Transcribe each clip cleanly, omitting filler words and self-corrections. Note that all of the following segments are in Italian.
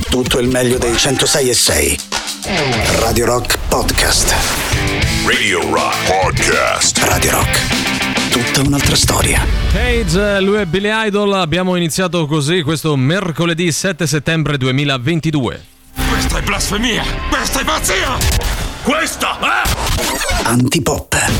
tutto il meglio dei 106.6. Radio Rock Podcast. Radio Rock Podcast. Radio Rock. Tutta un'altra storia. Cage, lui è Billy Idol. Abbiamo iniziato così questo mercoledì 7 settembre 2022. Questa è blasfemia! Questa è pazzia! Questa è... Antipop.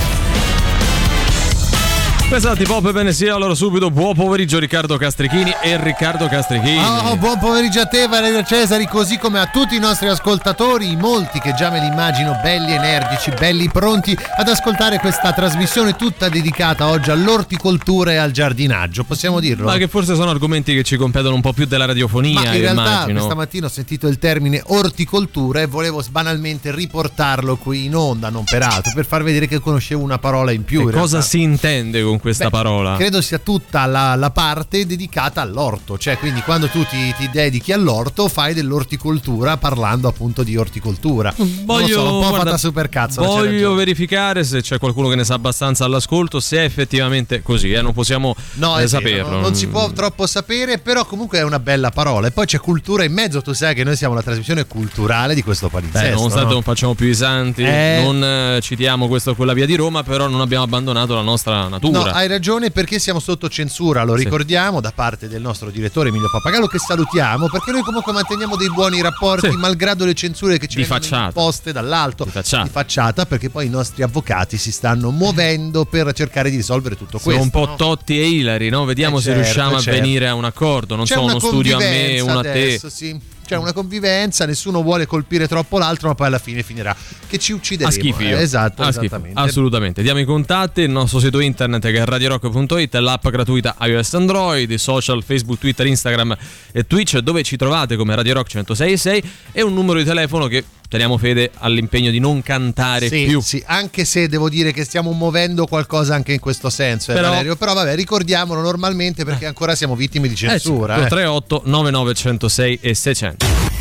Questa Antipop, bene sia, allora subito buon pomeriggio Riccardo Castrichini e Riccardo Castrichini. Oh, buon pomeriggio a te Valerio Cesari, così come a tutti i nostri ascoltatori, molti che già me li immagino belli energici, belli pronti ad ascoltare questa trasmissione tutta dedicata oggi all'orticoltura e al giardinaggio, possiamo dirlo? Ma che forse sono argomenti che ci competono un po' più della radiofonia. Ma in realtà immagino. Questa mattina ho sentito il termine orticoltura e volevo banalmente riportarlo qui in onda, non per altro, per far vedere che conoscevo una parola in più. E cosa si intende con questa parola? Credo sia tutta la parte dedicata all'orto, cioè quindi quando tu ti dedichi all'orto fai dell'orticoltura parlando appunto di orticoltura. Voglio, un po' fatta super cazzo. Voglio verificare se c'è qualcuno che ne sa abbastanza all'ascolto, se è effettivamente così, non possiamo saperlo. Non si può troppo sapere, però comunque è una bella parola. E poi c'è cultura in mezzo, tu sai che noi siamo la trasmissione culturale di questo palinsesto. Nonostante non facciamo più i santi, non citiamo questo o quella via di Roma, però non abbiamo abbandonato la nostra natura. No, hai ragione, perché siamo sotto censura, lo ricordiamo, da parte del nostro direttore Emilio Pappagallo, che salutiamo, perché noi comunque manteniamo dei buoni rapporti, malgrado le censure che ci vengono imposte dall'alto, di facciata, perché poi i nostri avvocati si stanno muovendo per cercare di risolvere tutto questo. Sono un po' Totti e Ilari, no? Vediamo se riusciamo a venire a un accordo, non so, uno studio a me, uno a te. Sì. C'è una convivenza, nessuno vuole colpire troppo l'altro, ma poi alla fine finirà che ci uccideremo. A schifio. Esattamente. Assolutamente. Diamo i contatti, il nostro sito internet che è radiorock.it, l'app gratuita iOS Android, i social Facebook, Twitter, Instagram e Twitch, dove ci trovate come Radio Rock 106.6, e un numero di telefono che teniamo fede all'impegno di non cantare più. Sì, anche se devo dire che stiamo muovendo qualcosa anche in questo senso, Valerio. Però vabbè, ricordiamolo normalmente perché ancora siamo vittime di censura. 38 99 106 e 600.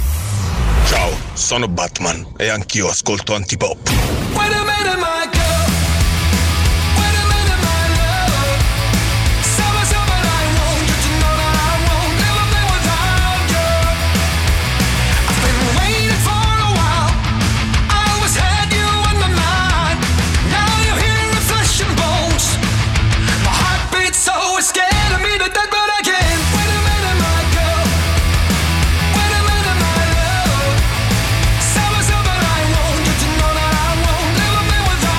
Ciao, sono Batman e anch'io ascolto Antipop. Without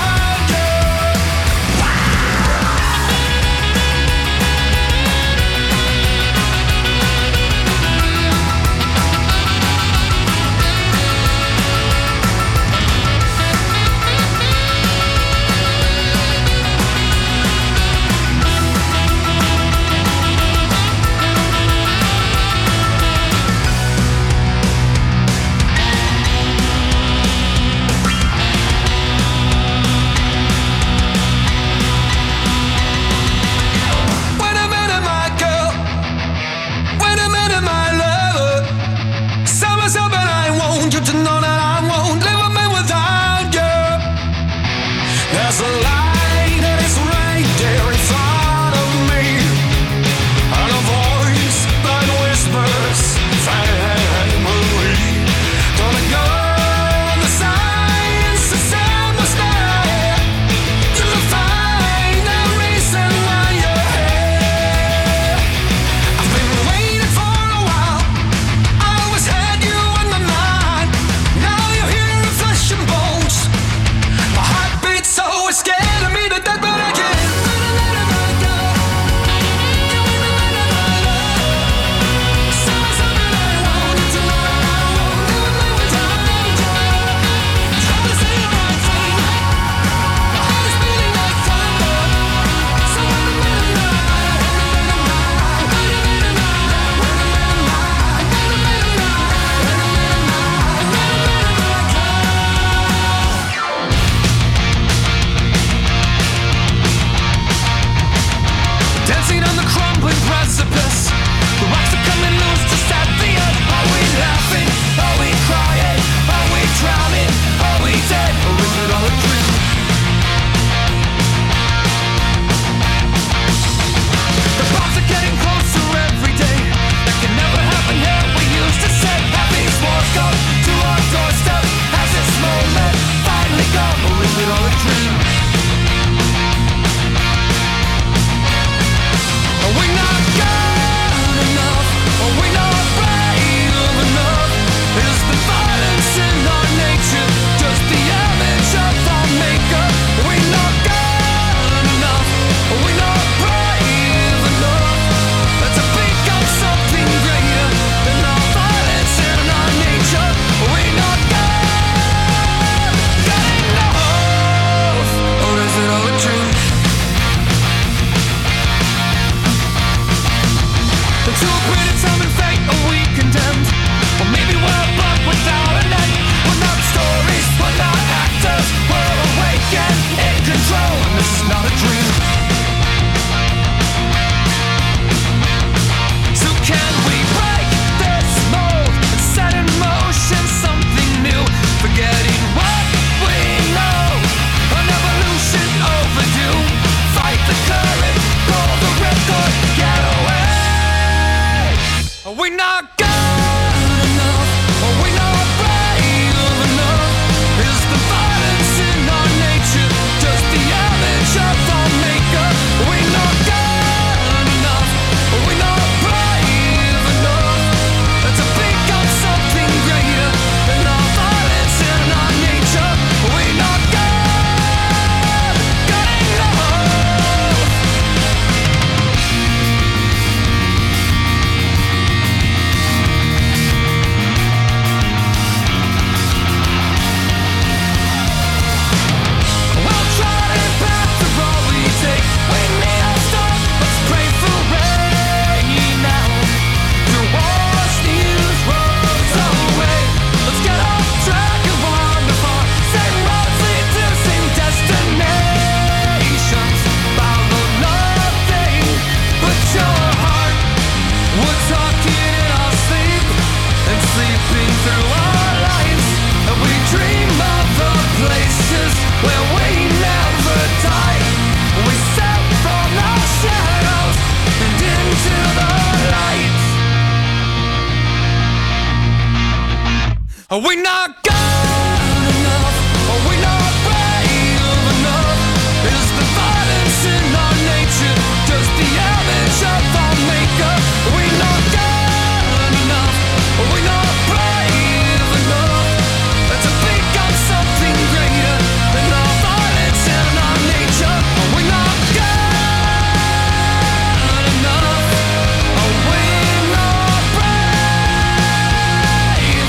Are we not good enough? Are we not brave enough? Is the violence in our nature just the image of our maker? Are we not good enough? Are we not brave enough? To think of something greater than our violence and our nature. Are we not good enough? Are we not brave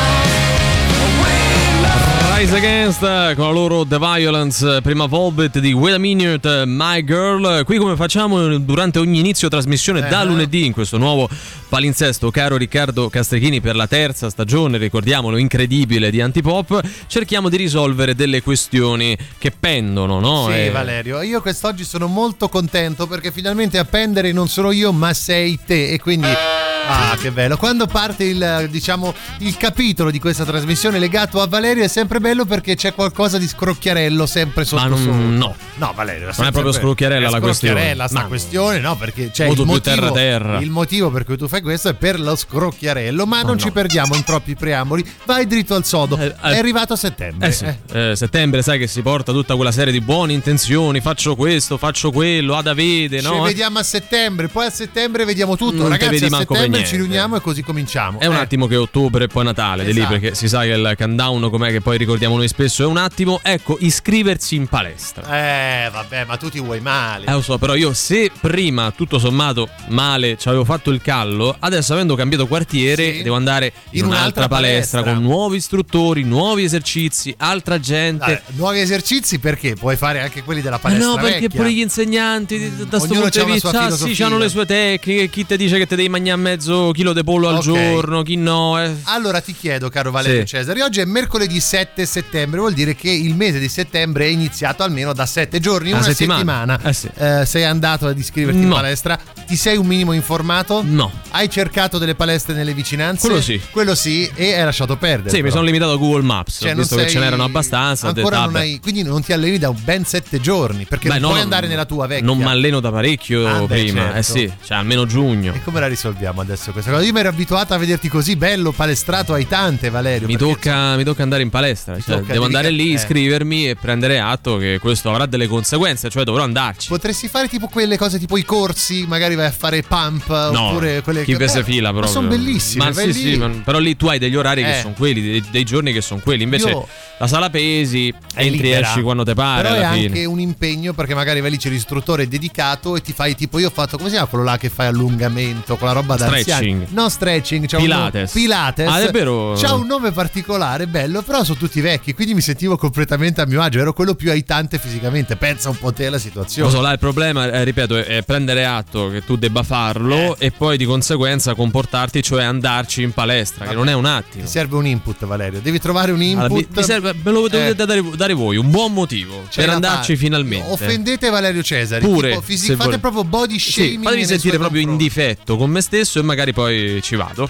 enough? Are we not... Rise Against con la loro The Violence, prima Volbet di Wait a Minute, My Girl. Qui come facciamo durante ogni inizio trasmissione da lunedì in questo nuovo palinsesto, caro Riccardo Castrechini, per la terza stagione, ricordiamolo, incredibile, di Antipop, cerchiamo di risolvere delle questioni che pendono, no? Sì, Valerio, io quest'oggi sono molto contento perché finalmente a pendere non sono io ma sei te, e quindi ah, che bello. Quando parte il capitolo di questa trasmissione legato a Valerio è sempre bello perché c'è qualcosa di scrocchiarello sempre sotto. Ma no, Valerio, non è proprio scrocchiarella la questione. Questione, no, perché c'è molto più terra. Il motivo per cui tu fai questo è per lo scrocchiarello, ma non ci perdiamo in troppi preamboli, vai dritto al sodo. È arrivato settembre. Settembre, sai che si porta tutta quella serie di buone intenzioni, faccio questo, faccio quello, ad avede, no? Ci vediamo a settembre, poi a settembre vediamo tutto. Ragazzi, a settembre ci riuniamo e così cominciamo. È un attimo che ottobre e poi Natale, di lì, perché si sa che il countdown, com'è che poi ricordiamo noi spesso, è un attimo. Ecco, iscriversi in palestra. Vabbè, ma tu ti vuoi male. Lo so, però io se prima tutto sommato male ci avevo fatto il callo, adesso avendo cambiato quartiere devo andare in un'altra palestra con nuovi istruttori, nuovi esercizi, altra gente. Nuovi esercizi perché puoi fare anche quelli della palestra no, perché vecchia. pure gli insegnanti da sto punto di vista sì, hanno le sue tecniche. Chi ti dice che te devi mangiare mezzo chilo di pollo al giorno, chi no. Allora ti chiedo, caro Valerio Cesari, oggi è mercoledì 7 settembre, vuol dire che il mese di settembre è iniziato almeno da 7 giorni, una settimana. Sei andato ad iscriverti in palestra? Ti sei un minimo informato? No. Hai cercato delle palestre nelle vicinanze? Quello sì, e hai lasciato perdere. Sì, però mi sono limitato a Google Maps, visto che ce n'erano abbastanza. Ancora quindi non ti alleni da ben 7 giorni, perché non puoi andare nella tua vecchia. Non mi alleno da parecchio prima, certo. Cioè almeno giugno. E come la risolviamo adesso questa cosa? Io mi ero abituato a vederti così bello, palestrato ai tante, Valerio. Mi tocca andare in palestra, devo andare lì, iscrivermi e prendere atto che questo avrà delle conseguenze, cioè dovrò andarci. Potresti fare tipo quelle cose tipo i corsi, magari vai a fare pump, oppure quelle che si fila proprio. Ma sono bellissime. Ma però lì tu hai degli orari che sono quelli, dei giorni che sono quelli. Invece la sala pesi entri e esci quando te pare. Però alla è fine anche un impegno, perché magari vai lì, c'è l'istruttore dedicato e ti fai tipo, io ho fatto, come si chiama quello là che fai allungamento, quella roba da stretching. No, stretching, Pilates. Pilates. È vero. C'ha un nome particolare, bello, però sono tutti vecchi, quindi mi sentivo completamente a mio agio, ero quello più aitante fisicamente. Pensa un po' te alla situazione. Lo so, là il problema, ripeto, è prendere atto che tu debba farlo e poi di conseguenza comportarti, cioè andarci in palestra, che non è un attimo. Ti serve un input, Valerio, devi trovare un input. Allora, mi serve, me lo dovete dare voi, un buon motivo per andarci finalmente. Offendete Valerio Cesari, pure tipo, fate proprio body shaming. Fatemi sentire proprio in difetto con me stesso e magari poi ci vado.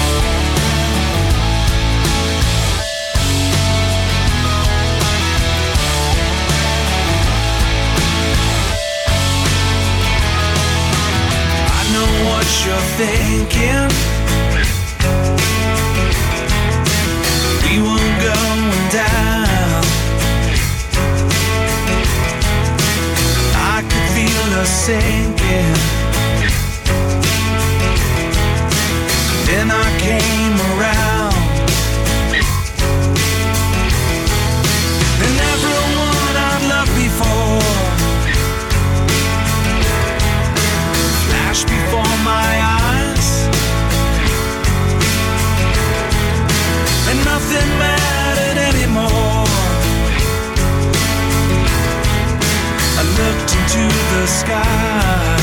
You're thinking we were going down. I could feel us sinking. Then I came around, and everyone I'd loved before flashed before my eyes, and nothing mattered anymore. I looked into the sky.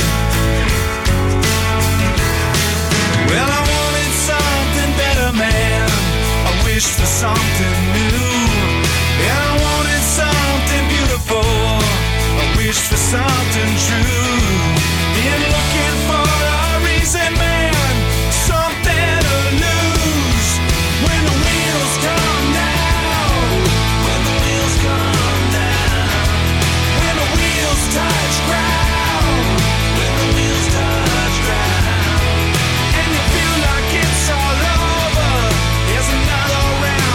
Well, I wanted something better, man. I wished for something new, and I wanted something beautiful. I wished for something true. Been looking for a reason, man, something to lose. When the wheels come down, when the wheels come down, when the wheels touch ground, when the wheels touch ground, and you feel like it's all over, there's another round.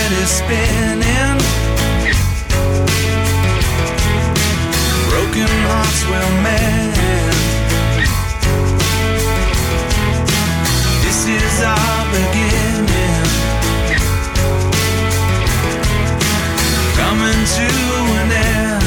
head is spinning. Broken hearts will mend. This is our beginning, coming to an end.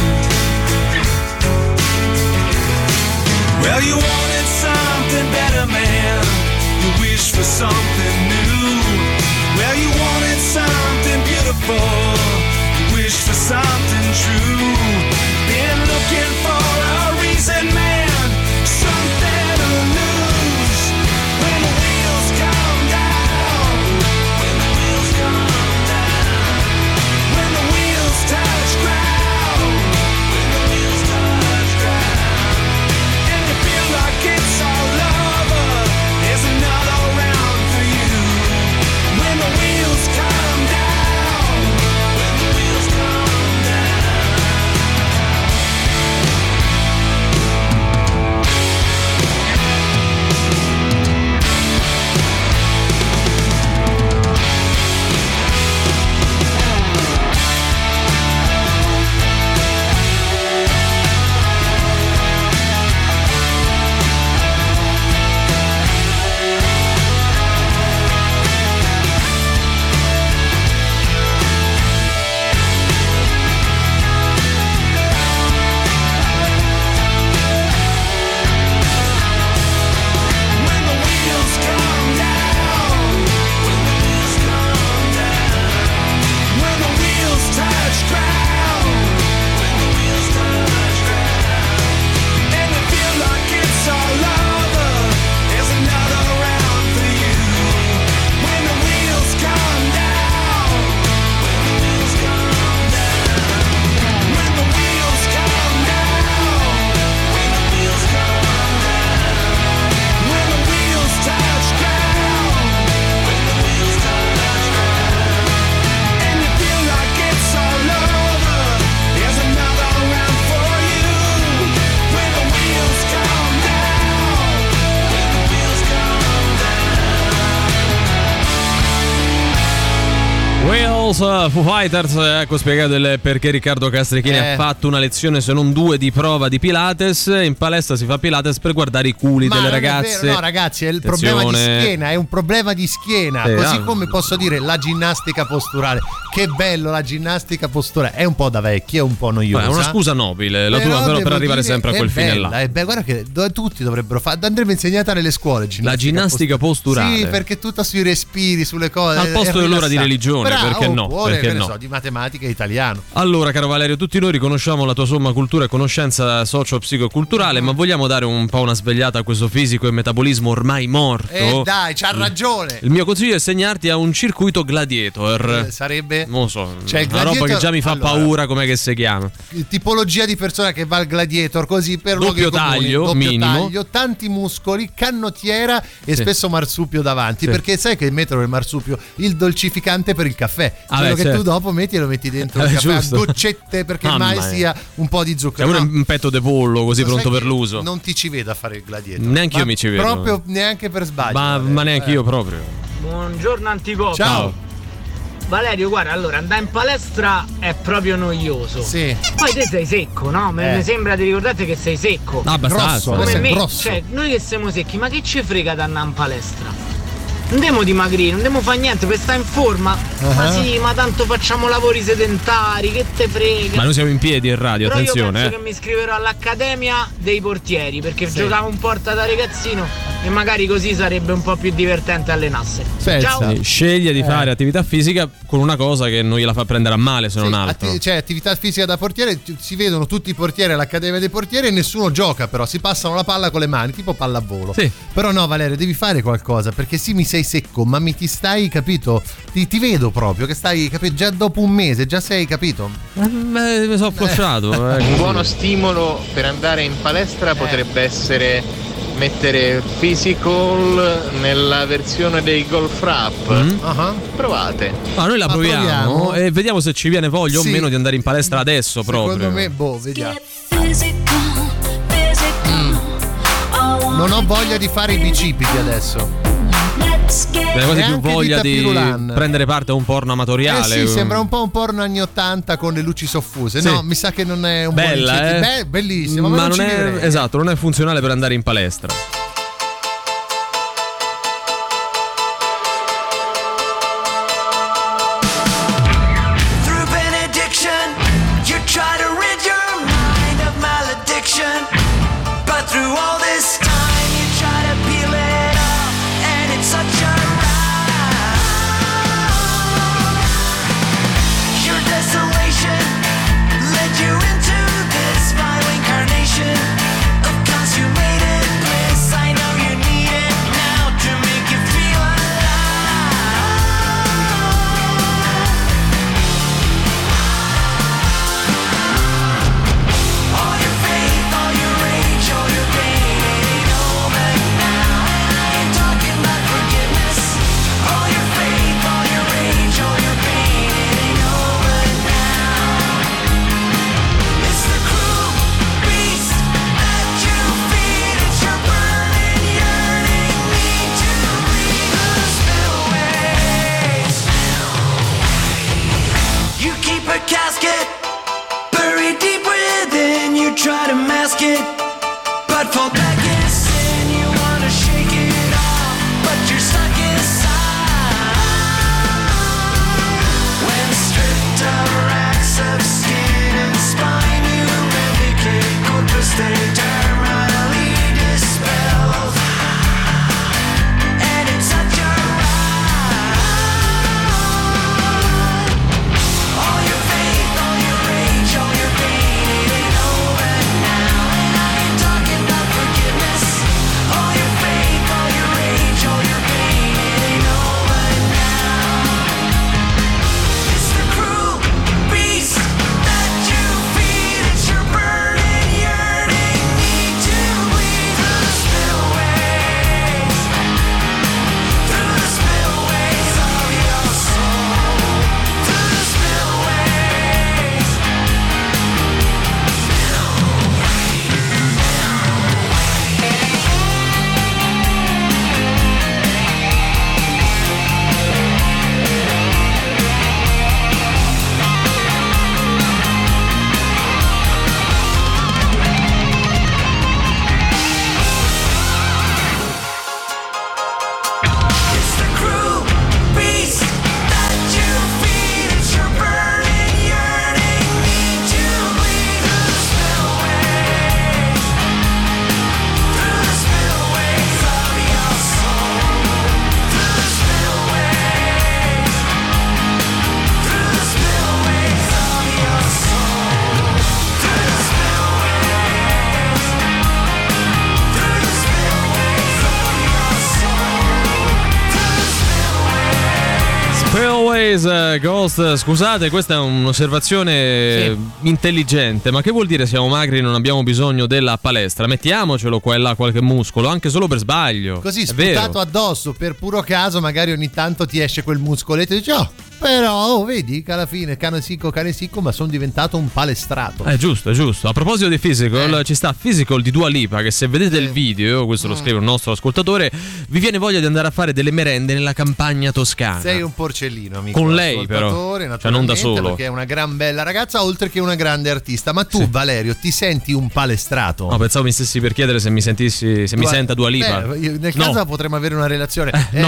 Well, you wanted something better, man. You wished for something new. Well, you wanted something beautiful. You wished for something true. Been looking for a reason, man. Something to lose. When the wheels come down. When the wheels come down. When the wheels touch ground. When the wheels touch ground. And you feel like it's all over. There's another round for you. When the wheels come down. When the wheels come down. When the wheels come down. When the wheels come down. When the wheels touch ground. When the wheels touch ground. And you feel like it's all over. There's another round for you. When the wheels come down. When the wheels come down. When the wheels come down. When the wheels come down. When the wheels touch ground. When the wheels touch ground. And you feel like it's all over. There's another round for you. When the wheels come down. When the wheels come down. Wheels, Foo Fighters, ecco spiegato il perché Riccardo Castrichini ha fatto una lezione, se non due, di prova di Pilates. In palestra si fa Pilates per guardare i culi delle ragazze. Vero, no ragazzi, è il problema di schiena, è un problema di schiena, così come posso dire la ginnastica posturale. Che bello la ginnastica posturale, è un po' da vecchi, è un po' noiosa. È una scusa nobile, la tua, però per arrivare sempre a quel fine là. Guarda che tutti dovrebbero fare, andrebbe insegnata nelle scuole la ginnastica posturale. Sì, perché tutta sui respiri, sulle cose. Al posto dell'ora di religione, perché no? Perché no? Di matematica e italiano. Allora, caro Valerio, tutti noi riconosciamo la tua somma cultura e conoscenza socio-psicoculturale, ma vogliamo dare un po' una svegliata a questo fisico e metabolismo ormai morto. Dai, c'ha ragione. Il mio consiglio è segnarti a un circuito gladiator. Sarebbe? Non lo so, cioè, una roba che già mi fa paura, com'è che si chiama? Tipologia di persona che va al gladiator, così per doppio taglio, minimo. Tanti muscoli, canottiera e spesso marsupio davanti, perché sai che mettono il marsupio, il dolcificante per il caffè, quello che tu dopo metti e lo metti dentro il caffè a goccette, perché mai sia un po' di zucchero. C'è un petto di pollo così pronto per l'uso. Non ti ci vedo a fare il gladiator. Neanche io mi ci vedo. Proprio neanche per sbaglio. Ma neanche io proprio. Buongiorno Antipop. Ciao. Valerio, guarda, allora andare in palestra è proprio noioso. Sì. Poi te sei secco, no? Mi sembra di ricordarti che sei secco. Abbastanza. Come me. Grosso. Cioè, noi che siamo secchi, ma che ci frega di andare in palestra? Andiamo dimagrire, non andiamo fare niente per stare in forma. Ma sì, ma tanto facciamo lavori sedentari, che te frega. Ma noi siamo in piedi in radio, però attenzione. Io penso che mi iscriverò all'Accademia dei Portieri, perché giocavo un porta da ragazzino e magari così sarebbe un po' più divertente allenarsi. Ciao. Sceglie di fare attività fisica con una cosa che non gliela fa prendere a male, se non altro. Cioè, attività fisica da portiere, si vedono tutti i portieri all'Accademia dei Portieri e nessuno gioca, però si passano la palla con le mani, tipo pallavolo. Sì. Però no, Valerio, devi fare qualcosa, perché sì, mi sei secco, ma mi ti stai, capito? Ti vedo proprio che stai, capito? Già dopo un mese, già sei, capito? Mi sono afflosciato. Un buono stimolo per andare in palestra potrebbe essere mettere physical nella versione dei golf rap. Provate. Ma noi la proviamo e vediamo se ci viene voglia o meno di andare in palestra adesso. Secondo me, vediamo. Non ho voglia di fare i bicipiti adesso. Viene quasi più voglia di prendere parte a un porno amatoriale. Sì, sembra un po' un porno anni 80 con le luci soffuse. Sì. No, mi sa che non è un bella, buon incentivo. Bellissimo, ma non è esatto, non è funzionale per andare in palestra. Through all this time you try to peel it off, and it's such a ride. Your desolation led you into this vile incarnation of consummated bliss. I know you need it now to make you feel alive. All your faith, all your rage, all your casket buried deep within you, try to mask it, but fall back in sin. You wanna shake it off, but you're stuck inside. When stripped of racks of skin and spine, you medicate corpus terminally dispelled, and it's such a Ghost, scusate, questa è un'osservazione intelligente, ma che vuol dire siamo magri e non abbiamo bisogno della palestra? Mettiamocelo qua e là qualche muscolo, anche solo per sbaglio. Così sputato addosso per puro caso, magari ogni tanto ti esce quel muscoletto e dici però vedi che alla fine cane sicco, ma sono diventato un palestrato. È giusto. A proposito di Physical, ci sta Physical di Dua Lipa, che se vedete il video, questo lo scrive un nostro ascoltatore, vi viene voglia di andare a fare delle merende nella campagna toscana. Sei un porcellino, amico. Con lei però, cioè non da solo, perché è una gran bella ragazza, oltre che una grande artista. Ma tu, Valerio, ti senti un palestrato? No, pensavo mi stessi per chiedere se mi sentissi, se mi senta Dua Lipa. Nel caso potremmo avere una relazione.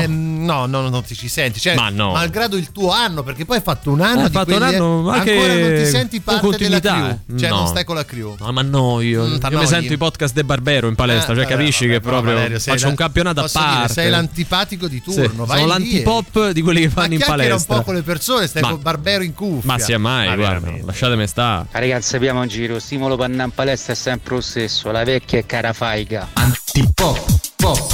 No, non ti ci senti, cioè, malgrado il tuo anno, perché poi hai fatto un anno ancora non ti senti parte della crew, cioè non stai con la crew. No, ma no, io mi sento i podcast De Barbero in palestra, cioè capisci che proprio Valerio, faccio un campionato a parte. Sei l'antipatico di turno, vai sono l'antipop di quelli che fanno in palestra. Ma un po' con le persone, stai con Barbero in cuffia. Ma sia mai, guarda, lasciatemi stare. Ragazzi, sappiamo un giro, stimolo per andare in palestra è sempre lo stesso, la vecchia e cara faiga. Antipop, pop.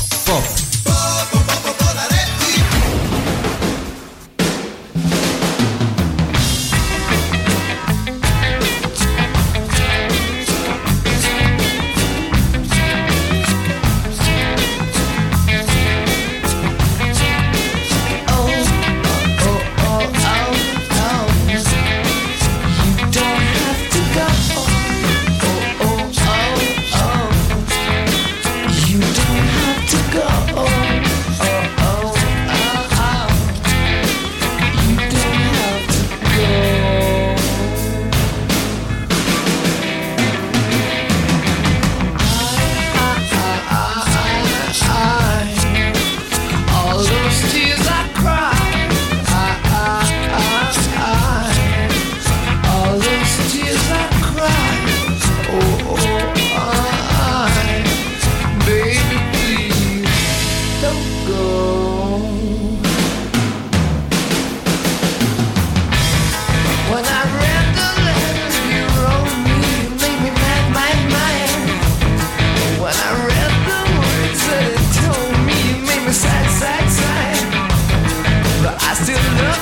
You don't have to go.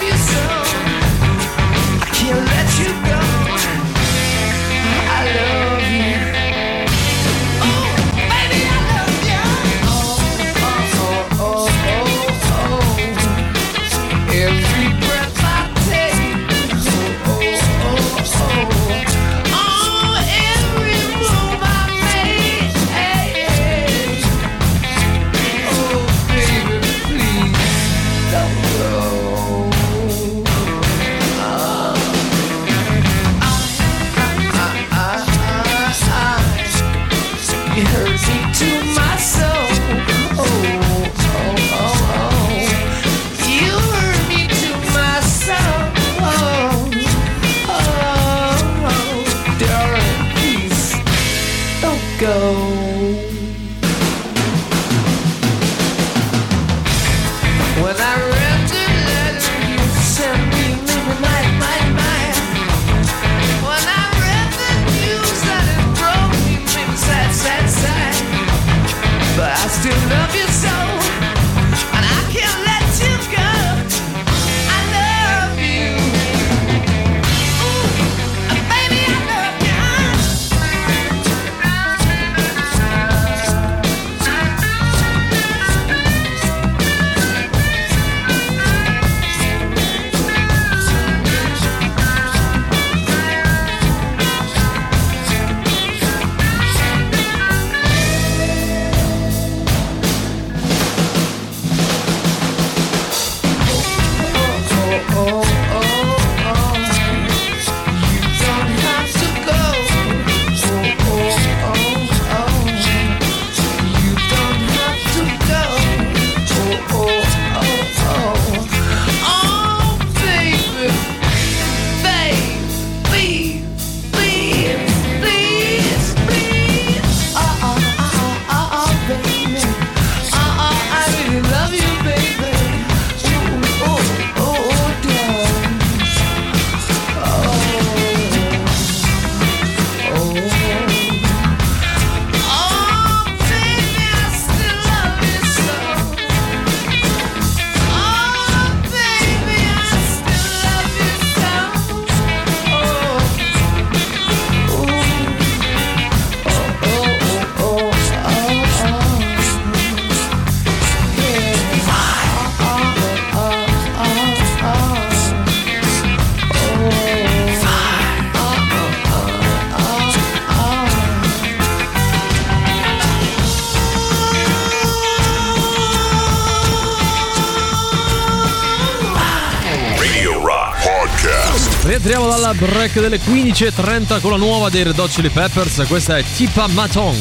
Rientriamo dalla break delle 15:30 con la nuova dei Red Hot Chili Peppers. Questa è Tipa Matong.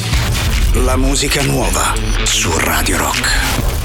La musica nuova su Radio Rock.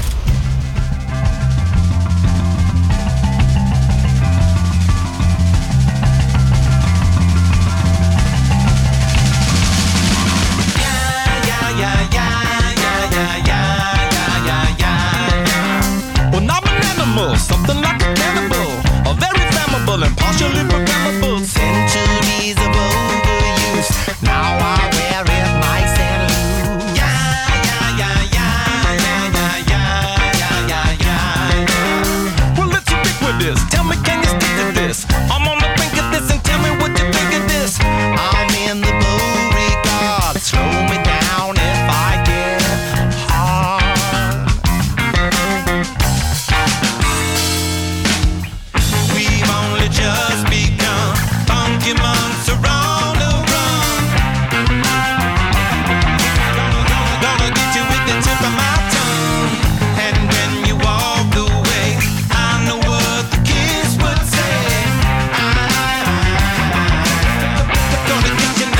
Something like a cannibal, a very flammable and partially programmable. Centuries of overuse, now I wear it nice and loose. Yeah, yeah, yeah, yeah, yeah, yeah, yeah, yeah, yeah, yeah. Well, let's ubiquitous. Tell me, can you stick to this? I'm on the brink of this, and tell me what you think of this. I'm in the Beauregard. Slow me down if I get hard. Just begun, funky months are on the run. Gonna get you with the tip of my tongue. And when you walk away, I know what the kids would say. Gonna get you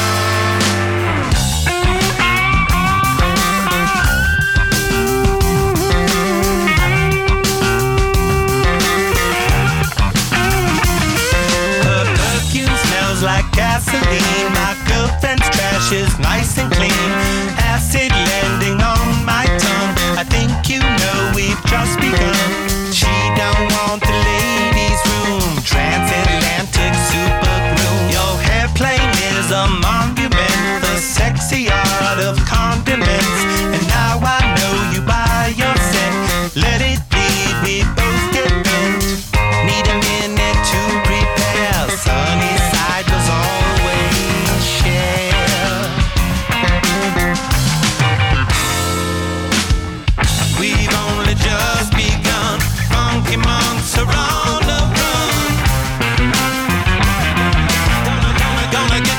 like gasoline. My girlfriend's trash is nice and clean. Acid landing on my tongue. I think you know we've just begun. She don't want the ladies' room. Transatlantic super glue. Your airplane is a monument. The sexy art of condiments. And now I know you buy your scent. Let it bleed, we both get bent. Need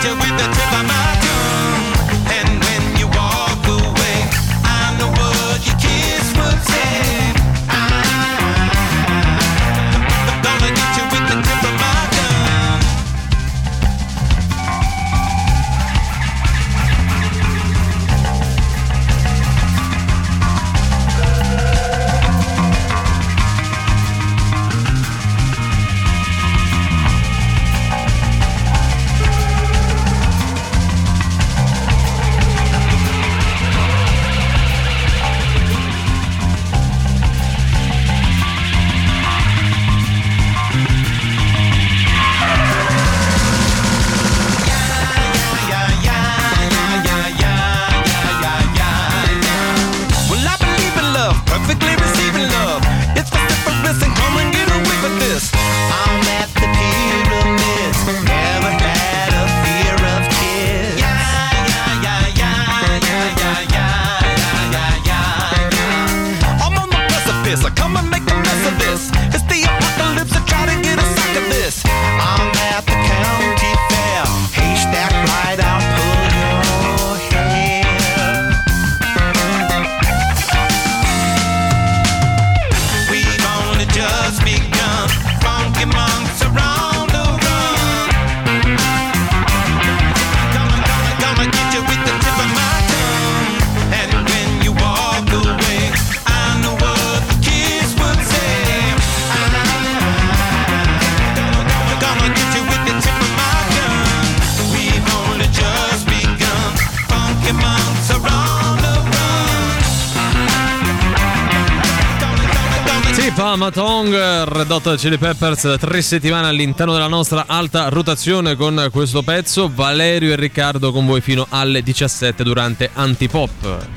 Pamatong, Red Hot Chili Peppers, 3 settimane all'interno della nostra alta rotazione con questo pezzo. Valerio e Riccardo con voi fino alle 17 durante Antipop.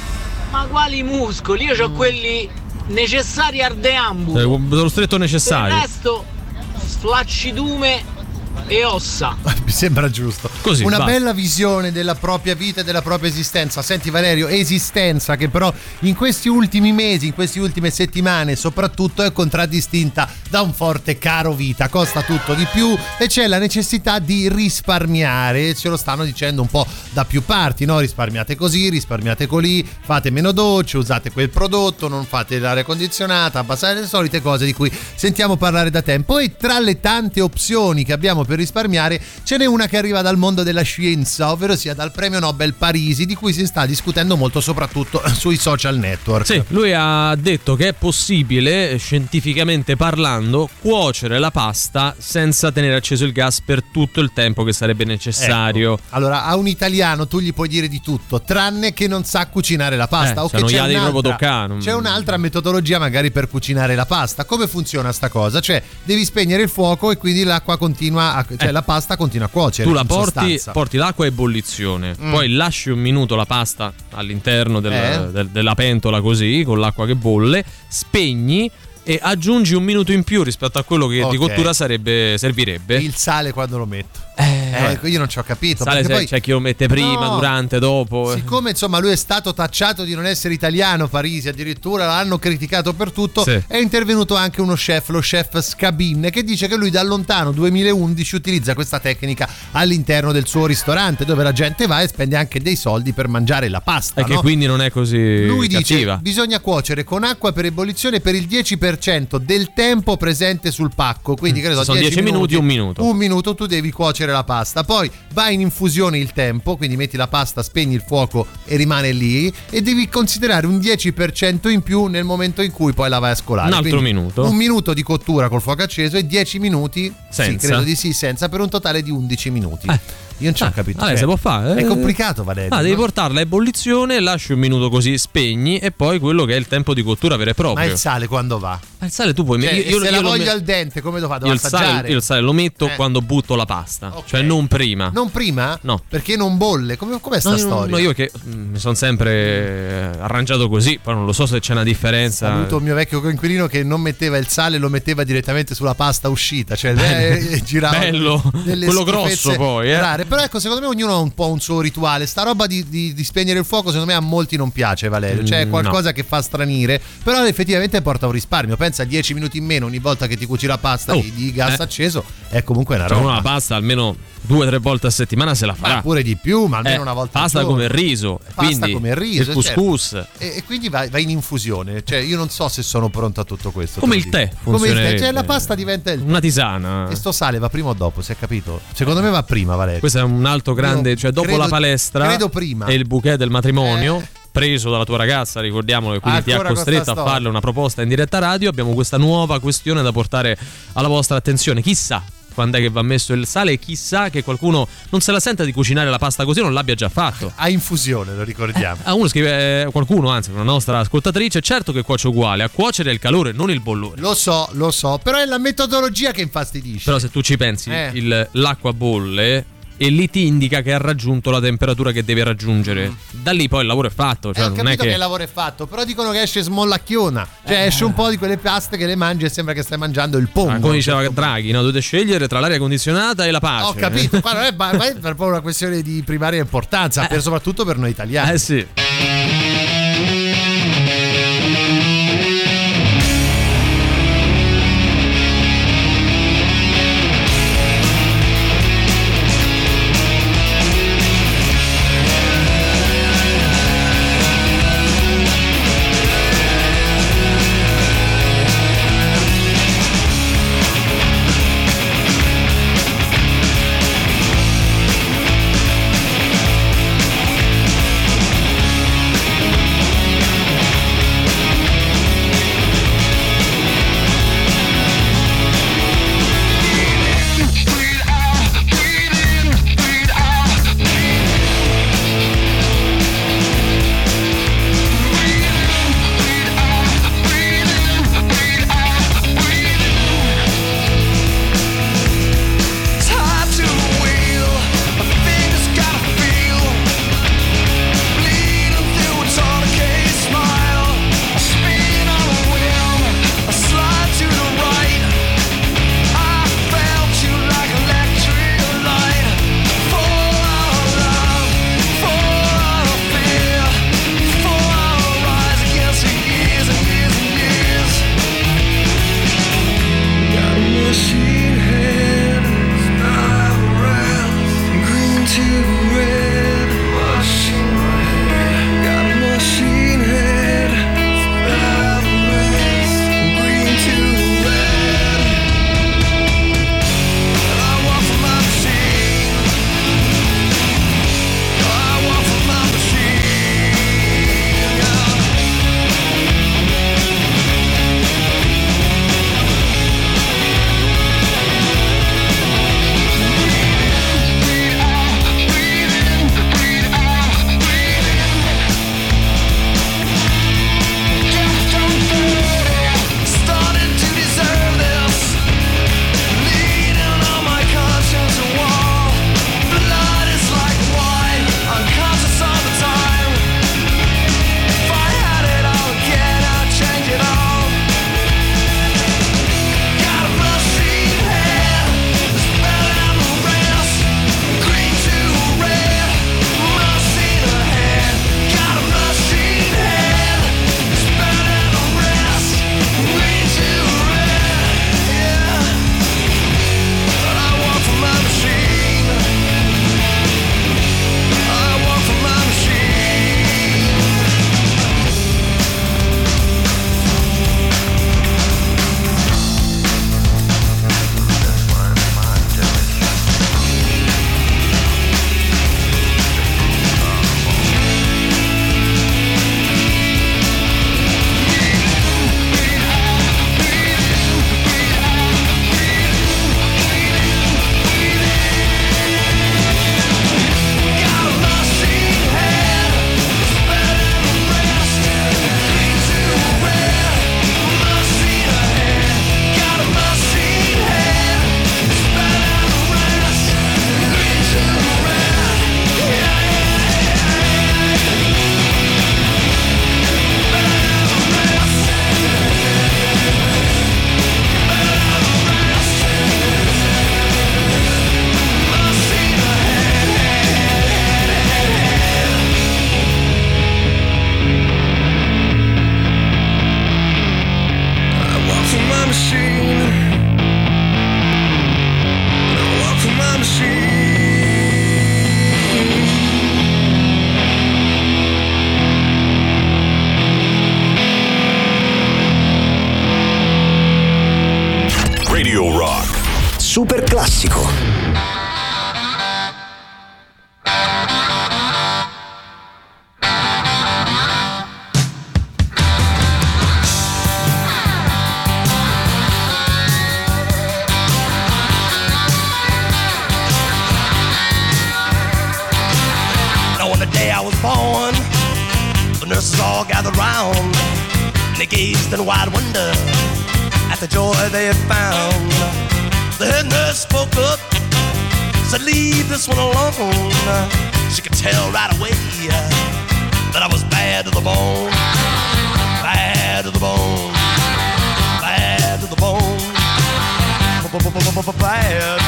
Ma quali muscoli? Io ho quelli necessari al deambulo. Lo stretto necessario. Il resto flaccidume e ossa. Mi sembra giusto. Così, una bella visione della propria vita e della propria esistenza. Senti Valerio, esistenza che però in questi ultimi mesi, in queste ultime settimane soprattutto è contraddistinta da un forte caro vita. Costa tutto di più e c'è la necessità di risparmiare. Ce lo stanno dicendo un po' da più parti, no? Risparmiate così, risparmiate colì, fate meno docce, usate quel prodotto, non fate l'aria condizionata, abbassate le solite cose di cui sentiamo parlare da tempo. E tra le tante opzioni che abbiamo per risparmiare ce n'è una che arriva dal mondo della scienza, ovvero sia dal premio Nobel Parisi, di cui si sta discutendo molto soprattutto sui social network. Sì, lui ha detto che è possibile, scientificamente parlando, cuocere la pasta senza tenere acceso il gas per tutto il tempo che sarebbe necessario. Ecco. Allora, a un italiano tu gli puoi dire di tutto, tranne che non sa cucinare la pasta. O che c'è un'altra metodologia magari per cucinare la pasta. Come funziona sta cosa? Cioè, devi spegnere il fuoco e quindi l'acqua continua a la pasta continua a cuocere. Tu la porti l'acqua a ebollizione, poi lasci un minuto la pasta all'interno della pentola così, con l'acqua che bolle, spegni e aggiungi un minuto in più rispetto a quello che di cottura servirebbe. Il sale quando lo metto? Io non ci ho capito. Sale poi c'è chi lo mette prima, durante, dopo. Siccome insomma lui è stato tacciato di non essere italiano, Parisi addirittura l'hanno criticato per tutto, è intervenuto anche uno chef, lo chef Scabin, che dice che lui da lontano 2011 utilizza questa tecnica all'interno del suo ristorante, dove la gente va e spende anche dei soldi per mangiare la pasta. Che quindi non è così lui cattiva. Dice bisogna cuocere con acqua per ebollizione per il 10% del tempo presente sul pacco, quindi credo sono 10 minuti, un minuto tu devi cuocere la pasta, poi va in infusione il tempo, quindi metti la pasta, spegni il fuoco e rimane lì, e devi considerare un 10% in più nel momento in cui poi la vai a scolare. Un altro minuto. Un minuto di cottura col fuoco acceso e 10 minuti senza. Sì, credo di sì, senza, per un totale di 11 minuti. Io non ci ho capito. Si può fare. È complicato, Valerio. Devi portarla a ebollizione, lasci un minuto così, spegni e poi quello che è il tempo di cottura vero e proprio. Ma il sale quando va? Il sale tu puoi se la voglio al dente, come lo fa? Devo assaggiare? Io il sale lo metto quando butto la pasta, cioè non prima. Non prima? No. Perché non bolle? Com'è sta storia? No, io che mi sono sempre arrangiato così, poi non lo so se c'è una differenza. Saluto il mio vecchio coinquilino che non metteva il sale, lo metteva direttamente sulla pasta uscita, cioè girava bello, quello grosso poi. Rare. Però ecco, secondo me ognuno ha un po' un suo rituale. Sta roba di spegnere il fuoco secondo me a molti non piace, Valerio. Cioè è qualcosa che fa stranire, però effettivamente porta un risparmio. Pensa a 10 minuti in meno ogni volta che ti cuci la pasta di gas acceso, è comunque una roba. Una pasta almeno 2-3 volte a settimana se la farà. Pure di più, ma almeno una volta pasta come il riso, pasta come il riso, il couscous, certo. E quindi vai in infusione. Cioè io non so se sono pronto a tutto questo. Come il tè, come il tè, cioè la pasta diventa una tisana. E sto sale va prima o dopo, si è capito? Secondo me va prima, Valerio. Questo è un altro grande, cioè dopo la palestra, credo prima. E il bouquet del matrimonio preso dalla tua ragazza, ricordiamolo, che quindi ti ha costretto a farle una proposta in diretta radio. Abbiamo questa nuova questione da portare alla vostra attenzione. Chissà quando è che va messo il sale e chissà che qualcuno non se la senta di cucinare la pasta così, non l'abbia già fatto. A infusione, lo ricordiamo. Uno scrive, qualcuno, anzi una nostra ascoltatrice: certo che cuoce uguale, a cuocere il calore, non il bollore. Lo so, però è la metodologia che infastidisce. Però se tu ci pensi, l'acqua bolle e lì ti indica che ha raggiunto la temperatura che deve raggiungere. Da lì poi il lavoro è fatto. Cioè ho capito che il lavoro è fatto, però dicono che esce smollacchiona. Cioè esce un po' di quelle paste che le mangi e sembra che stai mangiando il pongo. Come diceva Draghi, no? Dovete scegliere tra l'aria condizionata e la pace. Ho capito, ma è proprio una questione di primaria importanza, soprattutto per noi italiani. Sì. super classico. Born, the nurses all gathered round, and they gazed in wide wonder at the joy they had found. The head nurse spoke up, said, "Leave this one alone." She could tell right away that I was bad to the bone, bad to the bone, bad to the bone, bad,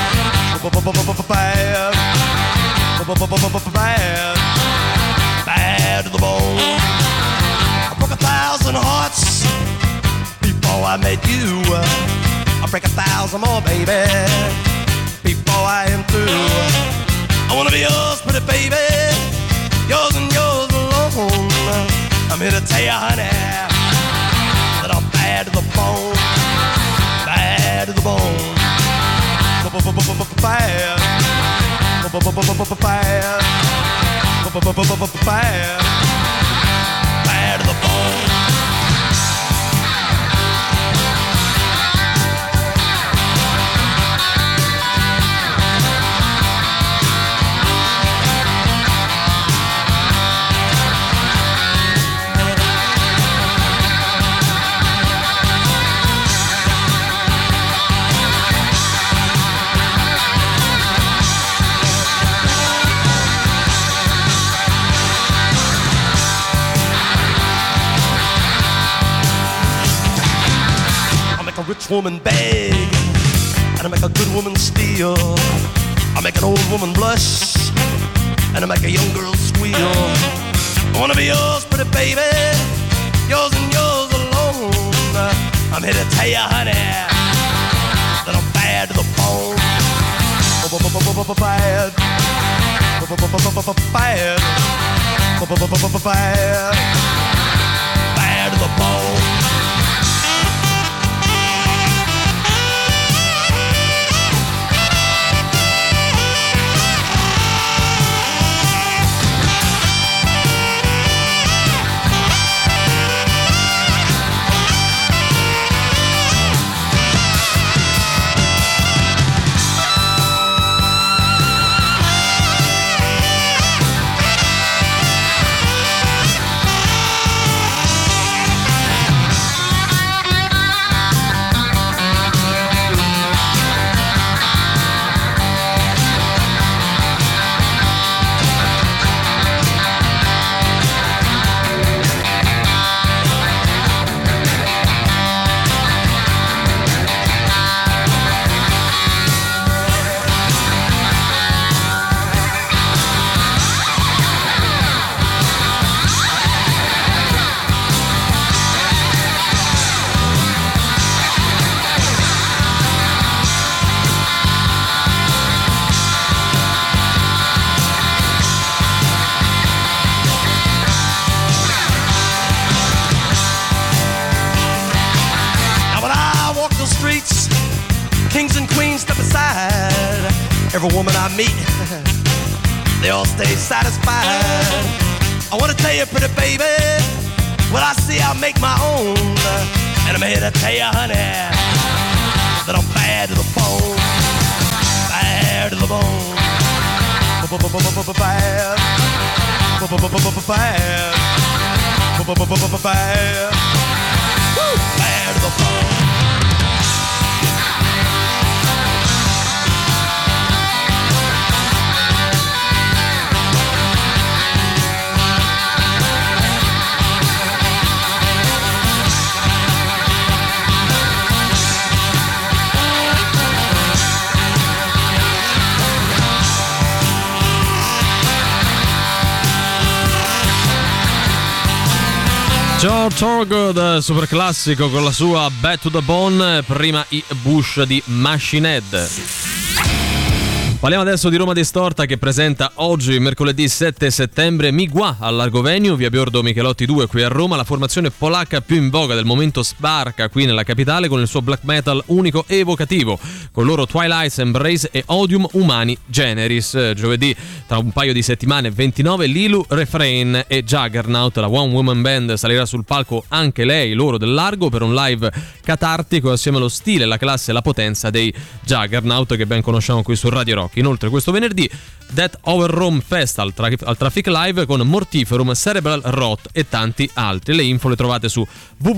bad, bad to the bone. I broke 1,000 hearts before I met you. I'll break 1,000 more, baby, before I am through. I wanna be yours, pretty baby, yours and yours alone. I'm here to tell you, honey, that I'm bad to the bone, bad to the bone, bad. Bad, bad to the bone. Rich woman beg, and I make a good woman steal. I make an old woman blush, and I make a young girl squeal. I wanna be yours, pretty baby, yours and yours alone. I'm here to tell you, honey, that I'm bad to the bone. Bad, bad, bad, bad to the bone. Every woman I meet, they all stay satisfied. I wanna tell you, pretty baby, what I see I make my own. And I'm here to tell you, honey, that I'm bad to the bone, bad to the bone, bad, bad, bad, bad to the bone. George Thorogood, super classico con la sua Bad to the Bone, prima i Bush di Machine Head. Parliamo adesso di Roma Distorta, che presenta oggi, mercoledì 7 settembre, Migua al Largo Venue, via Biordo Michelotti 2 qui a Roma. La formazione polacca più in voga del momento sbarca qui nella capitale con il suo black metal unico e evocativo, con loro Twilight Embrace e Odium Humani Generis. Giovedì, tra un paio di settimane, 29, Lilu Refrain e Juggernaut, la one woman band, salirà sul palco anche lei, loro del Largo, per un live catartico assieme allo stile, la classe e la potenza dei Juggernaut, che ben conosciamo qui su Radio Rock. Inoltre questo venerdì Death Over Rome Fest al Traffic Live con Mortiferum, Cerebral Rot e tanti altri. Le info le trovate su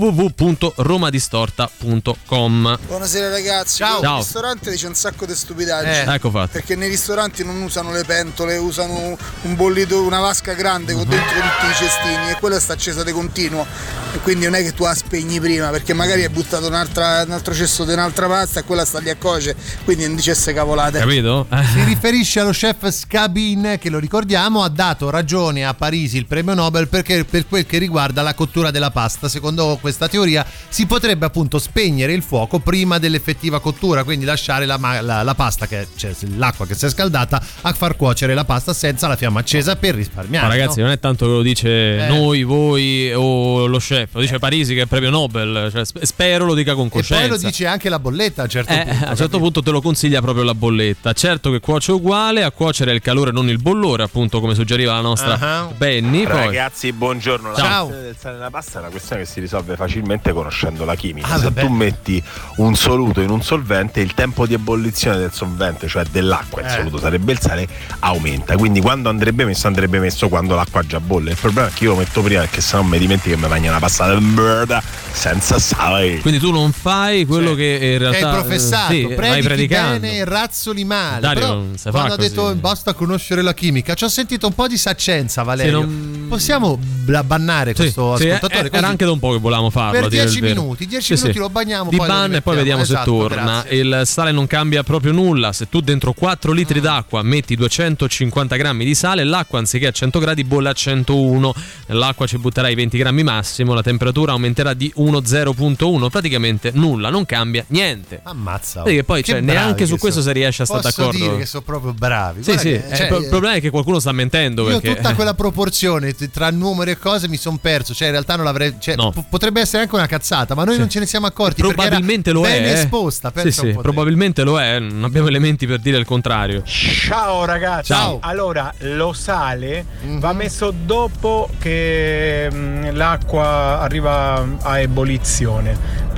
www.romadistorta.com. Buonasera ragazzi. Ciao. Al ristorante dice un sacco di stupidaggini. Ecco fatto. Perché nei ristoranti non usano le pentole, usano un bollito, una vasca grande con dentro tutti i cestini, e quella sta accesa di continuo, e quindi non è che tu la spegni prima, perché magari hai buttato un altro cesto di un'altra pasta e quella sta lì a cuocere, quindi non dicesse cavolate. Capito? Si riferisce allo chef Scabin, che, lo ricordiamo, ha dato ragione a Parisi il premio Nobel perché per quel che riguarda la cottura della pasta. Secondo questa teoria si potrebbe appunto spegnere il fuoco prima dell'effettiva cottura, quindi lasciare la pasta, cioè l'acqua che si è scaldata, a far cuocere la pasta senza la fiamma accesa per risparmiare. Ma ragazzi, no? non è tanto che lo dice noi, voi o lo chef, lo dice Parisi, che è il premio Nobel, cioè, spero lo dica con coscienza. E poi lo dice anche la bolletta a un certo punto. A un certo punto te lo consiglia proprio la bolletta. Certo che cuoce uguale, a cuocere il calore non il bollore, appunto, come suggeriva la nostra Benny. Ragazzi, buongiorno. La Ciao. questione del sale nella pasta è una questione che si risolve facilmente conoscendo la chimica. Se tu metti un soluto in un solvente, il tempo di ebollizione del solvente, cioè dell'acqua, il soluto sarebbe il sale, aumenta. Quindi quando andrebbe messo quando l'acqua già bolle. Il problema è che io lo metto prima, perché sennò mi dimentico che mi mangia una pasta di merda senza sale. Quindi tu non fai quello che in realtà hai professato, vai predichi predicando bene e razzoli male. Dario, però non si fa quando ha così. detto basta conoscere la chimica, ci ho sentito un po' di saccenza, Valerio. Possiamo bannare questo ascoltatore? Era anche da un po' che volevamo farlo per a dire 10 il vero. minuti, 10 minuti lo bagniamo, di poi lo ban e poi vediamo se torna. Grazie. Il sale non cambia proprio nulla. Se tu dentro 4 litri d'acqua metti 250 grammi di sale, l'acqua anziché a 100 gradi bolle a 101. Nell'acqua ci butterai 20 grammi massimo, la temperatura aumenterà di 0.1, praticamente nulla, non cambia niente. Ammazza. Perché poi neanche su questo si riesce a stare d'accordo. Posso dire che sono proprio bravi. Sì, il problema è che qualcuno sta mentendo. Io perché tutta quella proporzione tra numeri e cose mi sono perso. Cioè, in realtà non l'avrei. Cioè, potrebbe essere anche una cazzata, ma noi non ce ne siamo accorti. Probabilmente lo è. Ben esposta. Sì, probabilmente lo è. Non abbiamo elementi per dire il contrario. Ciao ragazzi. Ciao. Allora, lo sale va messo dopo che l'acqua arriva a ebollizione,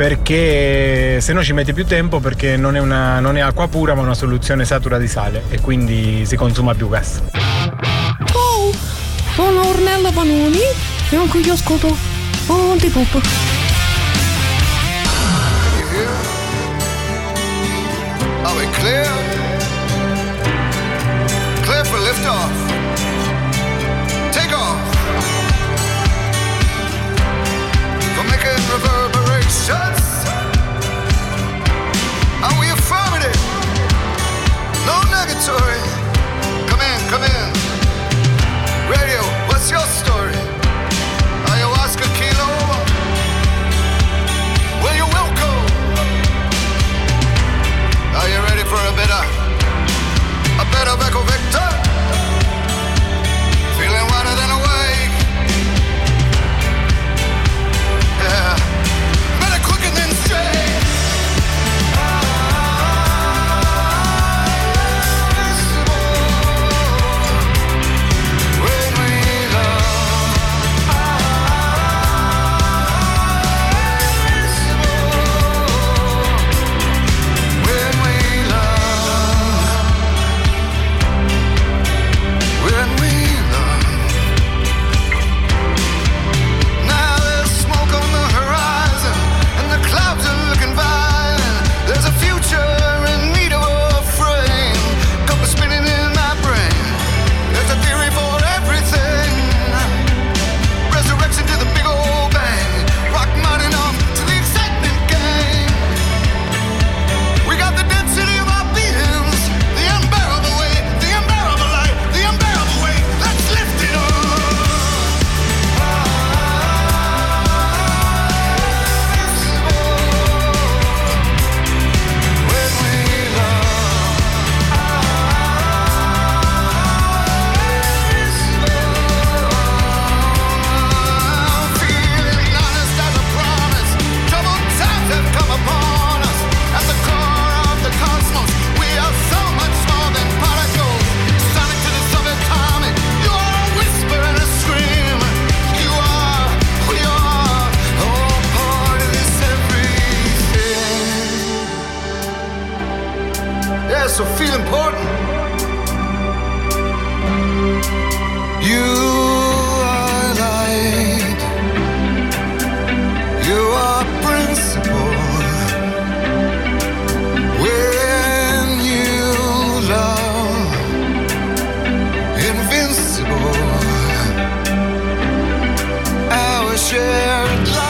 perché se no ci mette più tempo, perché non è acqua pura ma una soluzione satura di sale e quindi si consuma più gas. Ciao, sono Ornella Vanoni e anche io ascolto Antipop. Are we clear? Clear for liftoff. Take off. For making reverberations. Are we affirmative? No negatory. Come in. Radio, what's your story? Ayahuasca kilo. Well, you're welcome. Are you ready for a bit of Echo Victor? Feeling wider than awake. Yeah. Better quicker than straight. success or feel important. You are light. You are principle. When you love, invincible. Our shared life.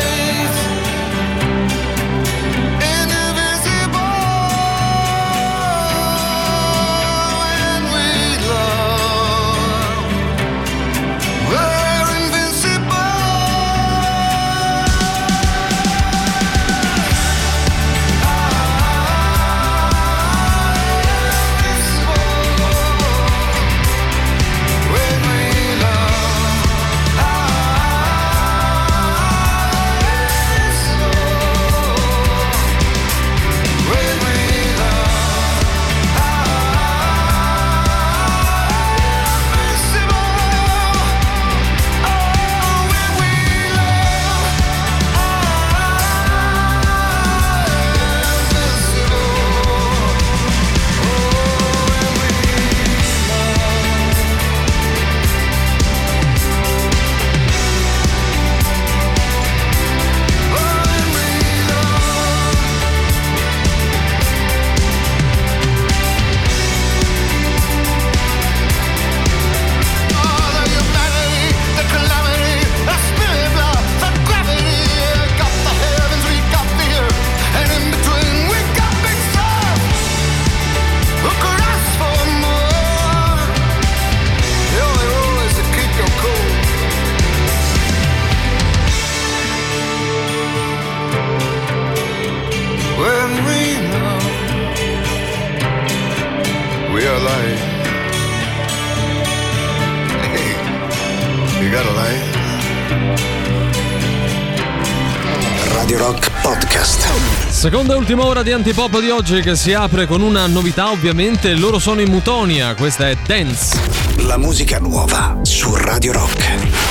Radio Rock Podcast. Seconda e ultima ora di Antipop di oggi, che si apre con una novità, ovviamente. Loro sono in Mutonia, questa è Dance. La musica nuova su Radio Rock.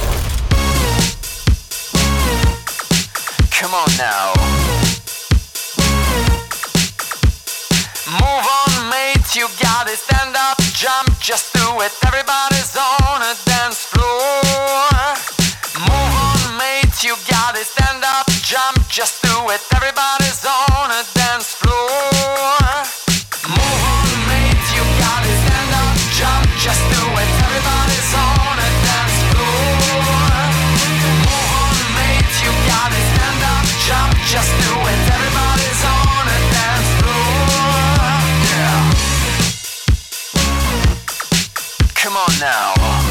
Come on now. Move on, mate, you gotta stand up, jump, just do it. Everybody's on a dance floor. Move on, mate, you gotta stand up, jump, just do it. Everybody's on a dance floor. Move on, mate, you gotta stand up, jump, just do it. Everybody's on a dance floor. Move on, mate, you gotta stand up, jump, just do it. Everybody's on a dance floor. Yeah. Come on now.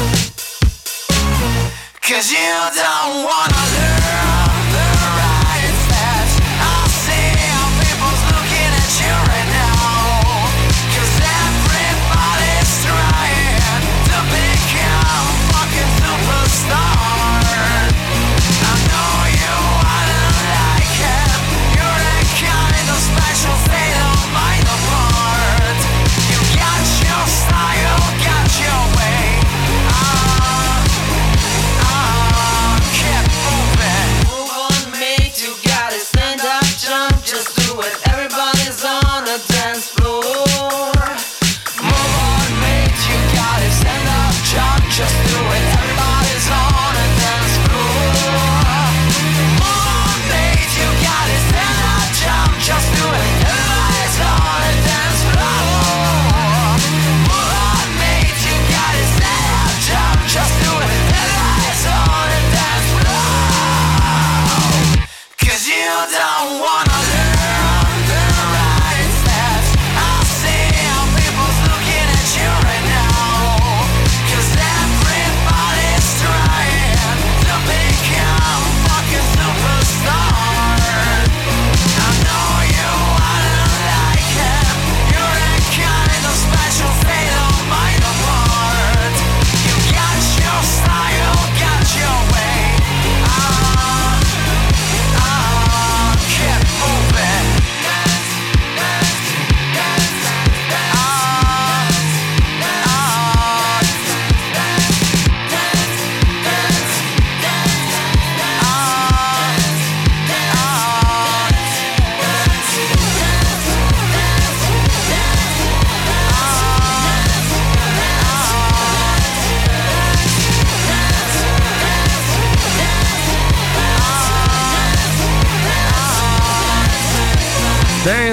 'Cause you don't wanna learn the rights that I see how people's looking at you right now. 'Cause everybody's trying to become fucking superstar. I know you wanna like it. You're that kind of special, they don't mind apart. You got your style, got your way. Keep moving.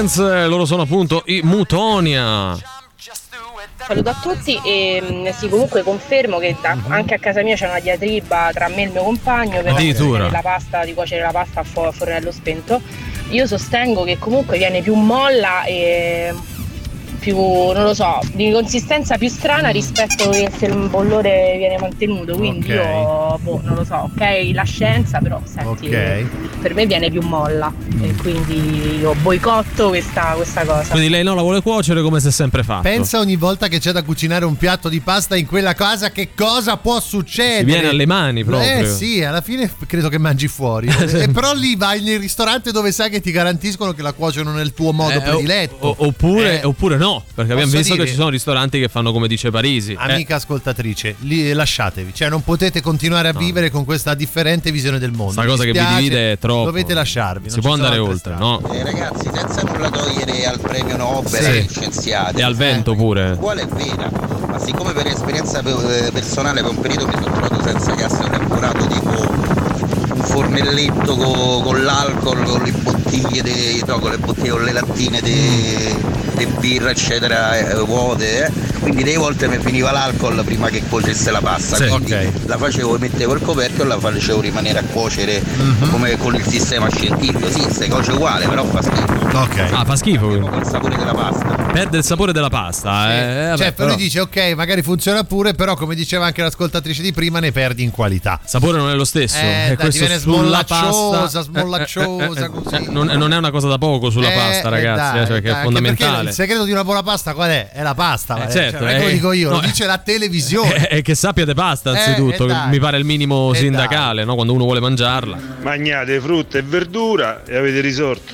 Dance, loro sono appunto i Mutonia. Saluto a tutti e sì, comunque confermo che anche a casa mia c'è una diatriba tra me e il mio compagno per cuocere la pasta a fornello spento. Io sostengo che comunque viene più molla e più, non lo so, di consistenza più strana rispetto a se il bollore viene mantenuto, quindi io non lo so, ok, la scienza, però senti, per me viene più molla e quindi io boicotto questa cosa. Quindi lei non la vuole cuocere come si è sempre fatto. Pensa ogni volta che c'è da cucinare un piatto di pasta in quella casa che cosa può succedere? Si viene alle mani proprio. Sì, alla fine credo che mangi fuori. Però lì vai nel ristorante dove sai che ti garantiscono che la cuociono nel tuo modo prediletto. Oppure no. Perché abbiamo visto che ci sono ristoranti che fanno come dice Parisi. Amica ascoltatrice, lasciatevi, cioè non potete continuare a vivere con questa differente visione del mondo. Questa cosa che vi divide è troppo. Dovete lasciarvi. Si può andare oltre, no? Ragazzi, senza nulla togliere al premio Nobel ai scienziati e al vento pure. Quale è vera? Ma siccome per esperienza personale per un periodo mi sono trovato senza gas neppurato, tipo un fornelletto con l'alcol, con le bottiglie con le lattine di birra eccetera vuote, quindi delle volte mi finiva l'alcol prima che cuocesse la pasta, quindi la facevo, mettevo il coperchio e la facevo rimanere a cuocere come con il sistema scientifico. Sì, se cuoce uguale, però fa schifo. Fa schifo. Il sapore della pasta. Perde il sapore della pasta. Cioè, però lui dice ok, magari funziona pure, però come diceva anche l'ascoltatrice di prima, ne perdi in qualità. Il sapore non è lo stesso. Ti viene smollacciosa così. Non è una cosa da poco sulla pasta, ragazzi, cioè che è fondamentale. Il segreto di una buona pasta qual è? È la pasta. Certo, lo dico io, lo dice la televisione. E che sappia di pasta anzitutto, che mi pare il minimo sindacale, no? Quando uno vuole mangiarla. Mangiate frutta e verdura e avete risorto.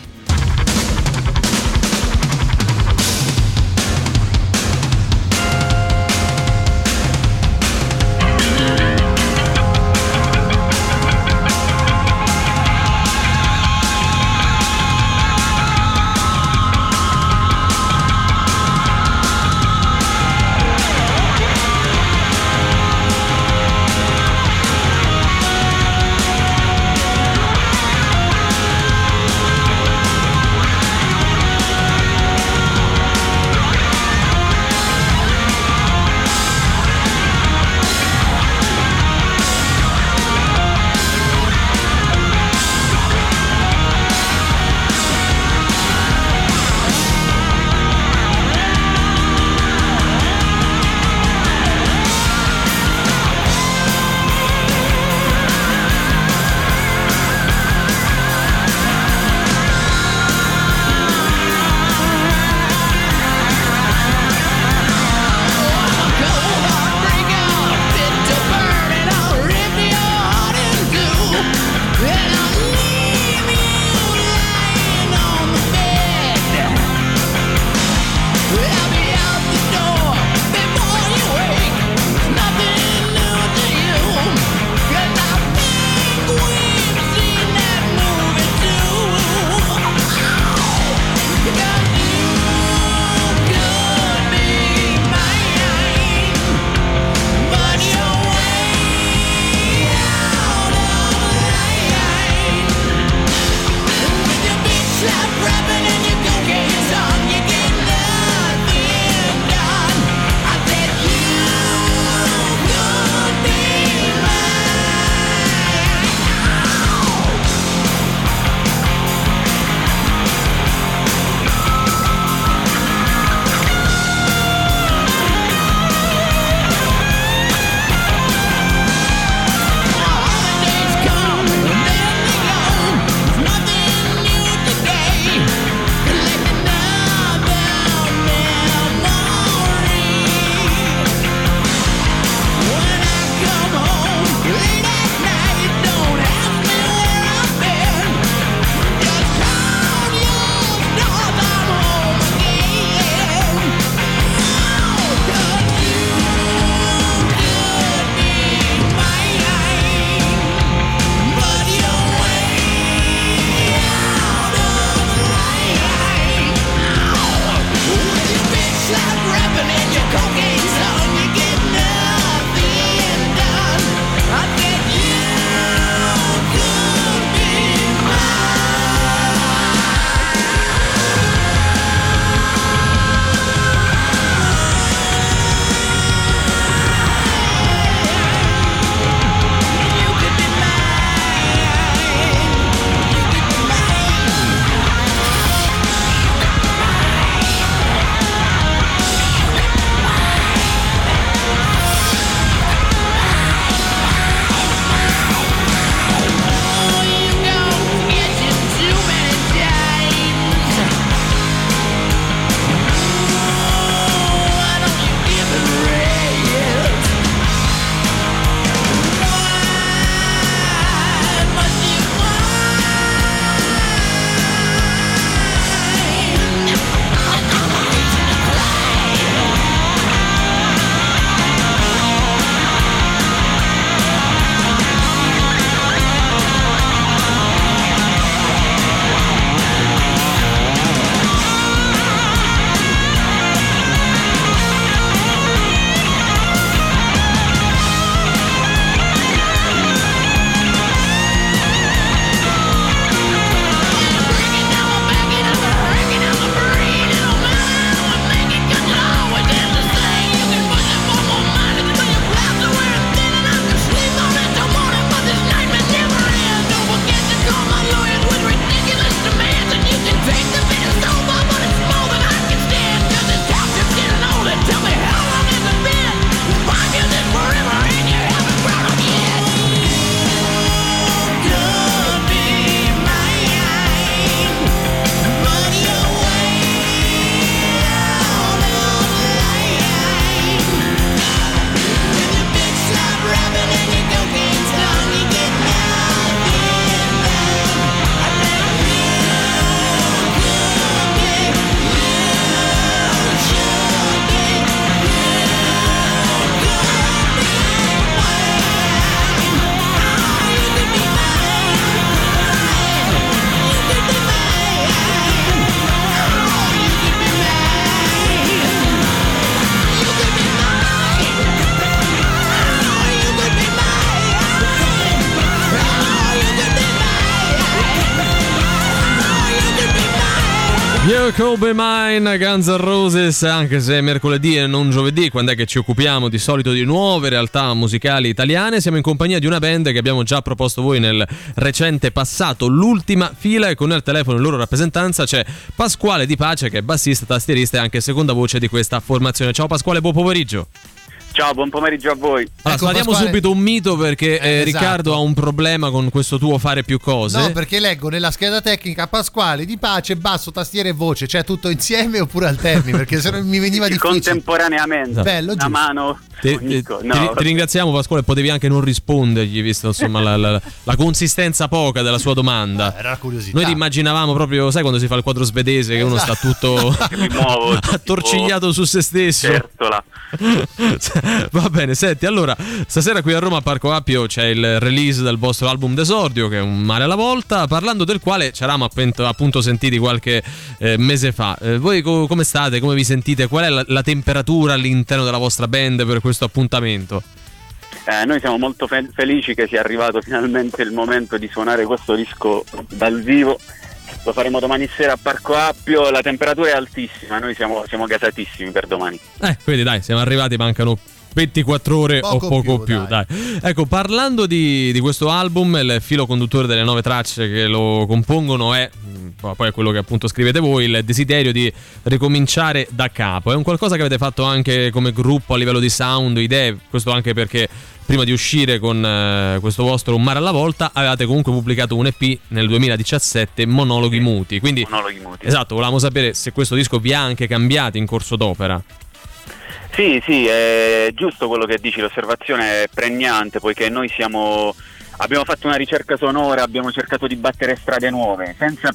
Miracle Be Mine, Guns N' Roses, anche se è mercoledì e non giovedì, quando è che ci occupiamo di solito di nuove realtà musicali italiane. Siamo in compagnia di una band che abbiamo già proposto voi nel recente passato, l'Ultima Fila, e con al telefono in loro rappresentanza c'è Pasquale Di Pace, che è bassista, tastierista e anche seconda voce di questa formazione. Ciao Pasquale, buon pomeriggio. Ciao, buon pomeriggio a voi. Allora, spariamo subito un mito perché Riccardo ha un problema con questo tuo fare più cose. No, perché leggo nella scheda tecnica Pasquale Di Pace, basso, tastiere e voce, cioè tutto insieme oppure alterni, perché se no mi veniva difficile. Contemporaneamente. Bello, una mano. Ti ringraziamo Pasquale, potevi anche non rispondergli visto insomma la consistenza poca della sua domanda. Era la curiosità. Noi ti immaginavamo proprio, sai quando si fa il quadro svedese che uno sta tutto attorcigliato su se stesso. Certola. Va bene, senti, allora stasera qui a Roma a Parco Appio c'è il release del vostro album d'esordio, che è Un mare alla volta, parlando del quale ci eravamo appunto sentiti qualche mese fa. Voi come state? Come vi sentite? Qual è la temperatura all'interno della vostra band per questo appuntamento? Noi siamo molto felici che sia arrivato finalmente il momento di suonare questo disco dal vivo. Lo faremo domani sera a Parco Appio. La temperatura è altissima, noi siamo gasatissimi per domani. Quindi dai, siamo arrivati, mancano 24 ore o poco più, dai. Ecco, parlando di questo album, il filo conduttore delle 9 tracce che lo compongono è, poi è quello che appunto scrivete voi, il desiderio di ricominciare da capo. È un qualcosa che avete fatto anche come gruppo a livello di sound, idee, questo anche perché prima di uscire con questo vostro Un mare alla volta avevate comunque pubblicato un EP nel 2017, Monologhi Muti. Quindi, Monologhi Muti. Esatto, volevamo sapere se questo disco vi ha anche cambiati in corso d'opera. Sì, è giusto quello che dici, l'osservazione è pregnante, poiché noi abbiamo fatto una ricerca sonora, abbiamo cercato di battere strade nuove, senza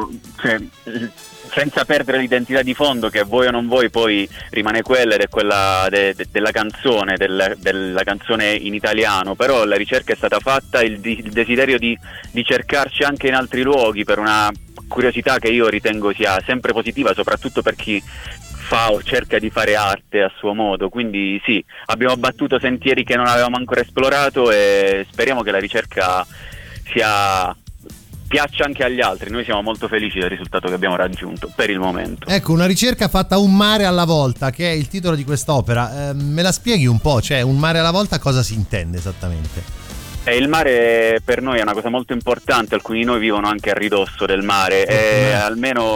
perdere l'identità di fondo, che vuoi o non vuoi poi rimane quella, ed è quella della canzone, della canzone in italiano. Però la ricerca è stata fatta, il desiderio di cercarci anche in altri luoghi, per una curiosità che io ritengo sia sempre positiva, soprattutto per chi fa o cerca di fare arte a suo modo. Quindi sì, abbiamo battuto sentieri che non avevamo ancora esplorato e speriamo che la ricerca piaccia anche agli altri. Noi siamo molto felici del risultato che abbiamo raggiunto per il momento. Ecco, una ricerca fatta un mare alla volta, che è il titolo di quest'opera. Me la spieghi un po'? Cioè, un mare alla volta cosa si intende esattamente? Il mare per noi è una cosa molto importante, alcuni di noi vivono anche a ridosso del mare e almeno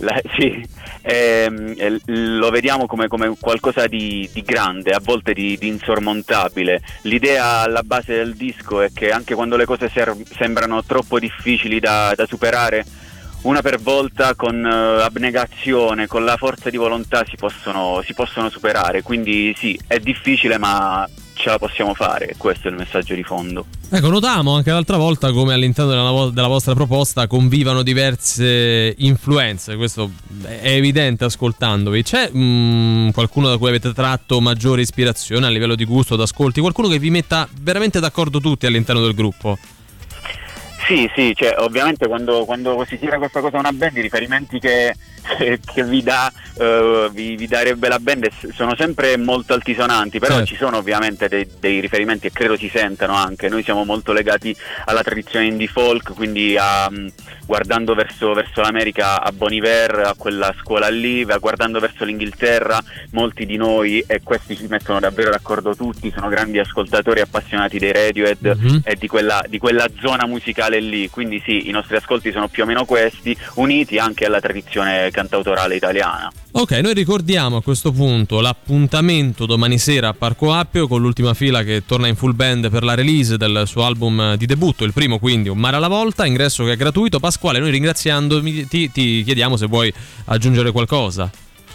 lo vediamo come qualcosa di grande, a volte di insormontabile. L'idea alla base del disco è che anche quando le cose sembrano troppo difficili da superare, una per volta, con abnegazione, con la forza di volontà si possono superare. Quindi sì, è difficile ma ce la possiamo fare, questo è il messaggio di fondo. Ecco, notiamo anche l'altra volta come all'interno della vostra proposta convivano diverse influenze, questo è evidente ascoltandovi. C'è qualcuno da cui avete tratto maggiore ispirazione a livello di gusto, d'ascolti, qualcuno che vi metta veramente d'accordo tutti all'interno del gruppo? Sì, cioè ovviamente quando si tira questa cosa a una band, i riferimenti che vi darebbe la band sono sempre molto altisonanti, però certo, ci sono ovviamente dei riferimenti e credo si sentano anche. Noi siamo molto legati alla tradizione indie folk, quindi guardando verso l'America, a Bon Iver, a quella scuola lì, guardando verso l'Inghilterra, molti di noi, e questi ci mettono davvero d'accordo tutti, sono grandi ascoltatori appassionati dei Radiohead e di quella zona musicale lì. Quindi sì, i nostri ascolti sono più o meno questi, uniti anche alla tradizione cantautorale italiana. Ok, noi ricordiamo a questo punto l'appuntamento domani sera a Parco Appio con l'Ultima Fila, che torna in full band per la release del suo album di debutto, il primo quindi, Un mare alla volta, ingresso che è gratuito. Pasquale, noi ringraziandomi ti chiediamo se vuoi aggiungere qualcosa.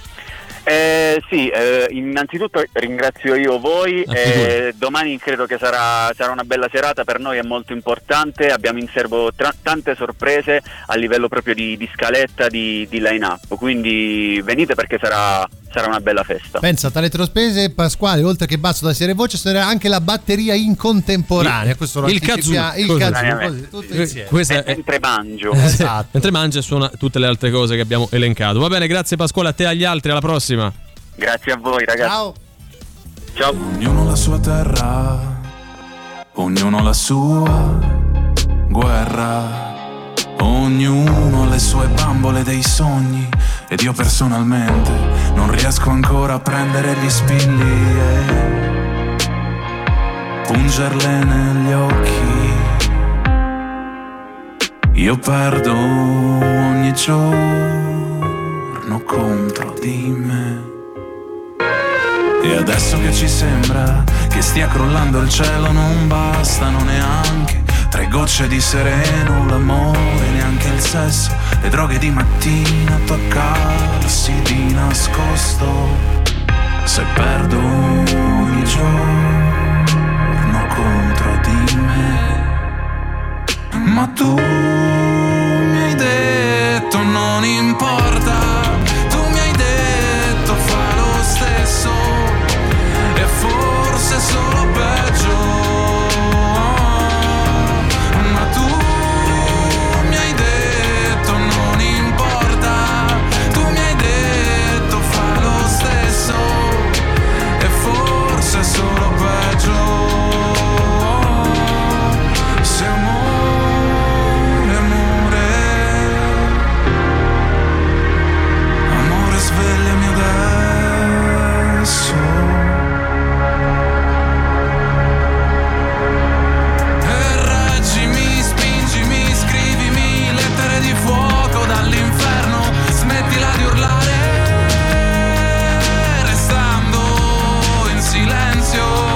Sì, innanzitutto ringrazio io voi. Domani credo che sarà una bella serata, per noi è molto importante, abbiamo in serbo tante sorprese a livello proprio di scaletta, di line up, quindi venite perché sarà una bella festa. Pensa, tale spese, Pasquale, oltre che basso, tastiere e voce, suonerà anche la batteria in contemporanea. Questo lo il kazoo, tutto insieme. Mentre mangio. Esatto. Mentre mangia e suona tutte le altre cose che abbiamo elencato. Va bene, grazie Pasquale, a te e agli altri, alla prossima. Grazie a voi ragazzi. Ciao. Ognuno la sua terra, ognuno la sua guerra, ognuno le sue bambole dei sogni, ed io personalmente non riesco ancora a prendere gli spilli e pungerle negli occhi. Io perdo ogni giorno contro di me. E adesso che ci sembra che stia crollando il cielo, non bastano neanche 3 gocce di sereno, l'amore, neanche il sesso, le droghe di mattina, toccarsi di nascosto. Se perdo ogni giorno contro di me. Ma tu mi hai detto non importa, tu mi hai detto fa lo stesso, e forse solo peggio. Ma tu mi hai detto non importa, tu mi hai detto fa lo stesso, e forse solo peggio. Se amore, amore, svegliami adesso. E reggimi, spingimi, scrivimi lettere di fuoco dall'inferno. Smettila di urlare, restando in silenzio.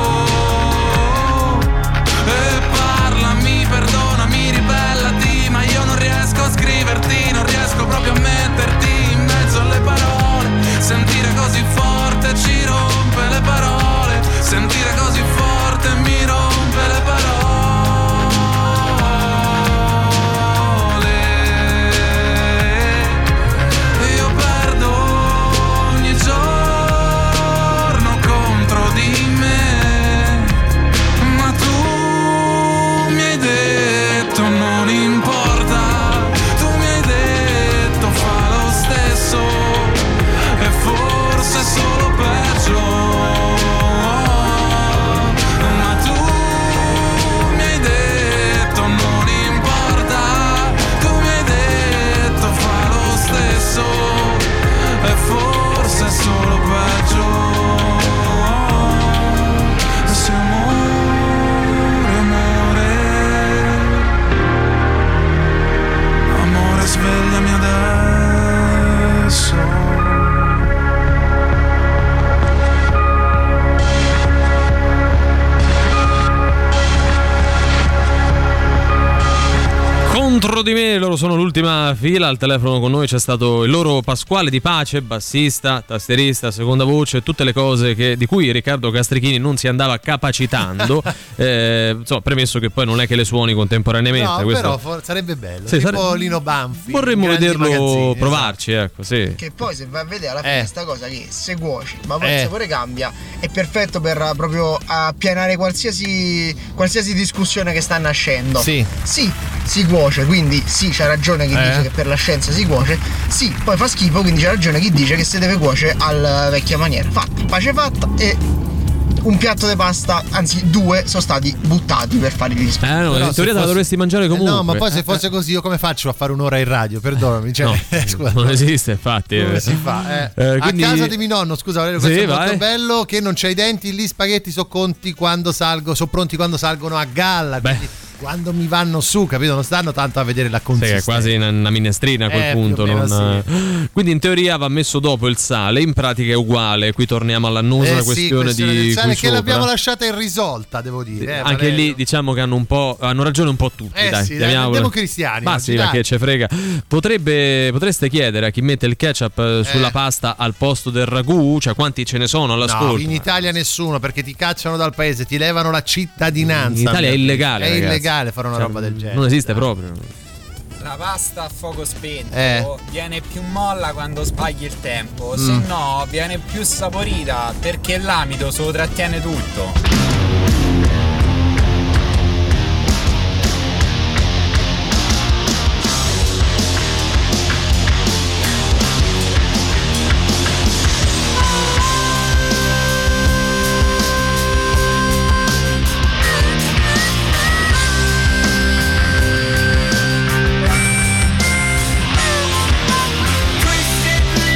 E parlami, perdonami, ribellati, ma io non riesco a scriverti, non riesco proprio a metterti in mezzo alle parole. Sentire così forte ci rompe le parole, sentire così forte mi rompe le parole. Io perdo ogni giorno contro di me, ma tu mi hai detto non importa, tu mi hai detto fa lo stesso, e forse solo peggio. Ma tu mi hai detto non importa, tu mi hai detto fa lo stesso, e forse solo peggio. Se amore, svegliami adesso. Contro di me, loro sono l'ultima fila. Al telefono con noi c'è stato il loro Pasquale Di Pace, bassista, tastierista, seconda voce, tutte le cose di cui Riccardo Castrichini non si andava capacitando. Insomma, premesso che poi non è che le suoni contemporaneamente. No, questo... però sarebbe bello. Sì, tipo Lino Banfi. Vorremmo vederlo provarci, ecco, sì. Che poi se vai a vedere alla fine sta cosa che se cuoci, ma poi il sapore cambia, è perfetto per proprio appianare qualsiasi discussione che sta nascendo. Sì, si cuoce, quindi sì, c'ha ragione chi dice che per la scienza si cuoce, sì, poi fa schifo, quindi c'ha ragione chi dice che si deve cuocere alla vecchia maniera. Fatta, pace fatta, e un piatto di pasta, anzi 2, sono stati buttati per fare gli spaghetti. No, in teoria te la dovresti mangiare comunque. No, ma poi se fosse così io come faccio a fare un'ora in radio? Perdonami, cioè, no, scusa, non esiste, infatti. Come si fa? Quindi... A casa di mio nonno, scusa Valerio, questo è molto bello, che non c'hai i denti, gli spaghetti sono pronti quando salgono a galla. Quindi quando mi vanno su, capito? Non stanno tanto a vedere la consistenza. Sì, è quasi una minestrina a quel punto. Sì. Quindi in teoria va messo dopo il sale, in pratica è uguale. Qui torniamo all'annosa questione di sale, che sopra. l'abbiamo lasciata irrisolta, devo dire. Anche Valerio. Lì diciamo che hanno ragione un po' tutti. Dai, andiamo cristiani. Ma sì, ma che ce frega. Potreste chiedere a chi mette il ketchup sulla pasta al posto del ragù, cioè quanti ce ne sono all'ascolto? No, in Italia nessuno, perché ti cacciano dal paese, ti levano la cittadinanza. In Italia è illegale. È ragazzi. illegale fare una roba del genere. Non esiste proprio. La pasta a fuoco spento viene più molla quando sbagli il tempo, se no viene più saporita, perché l'amido se lo trattiene tutto. Twisted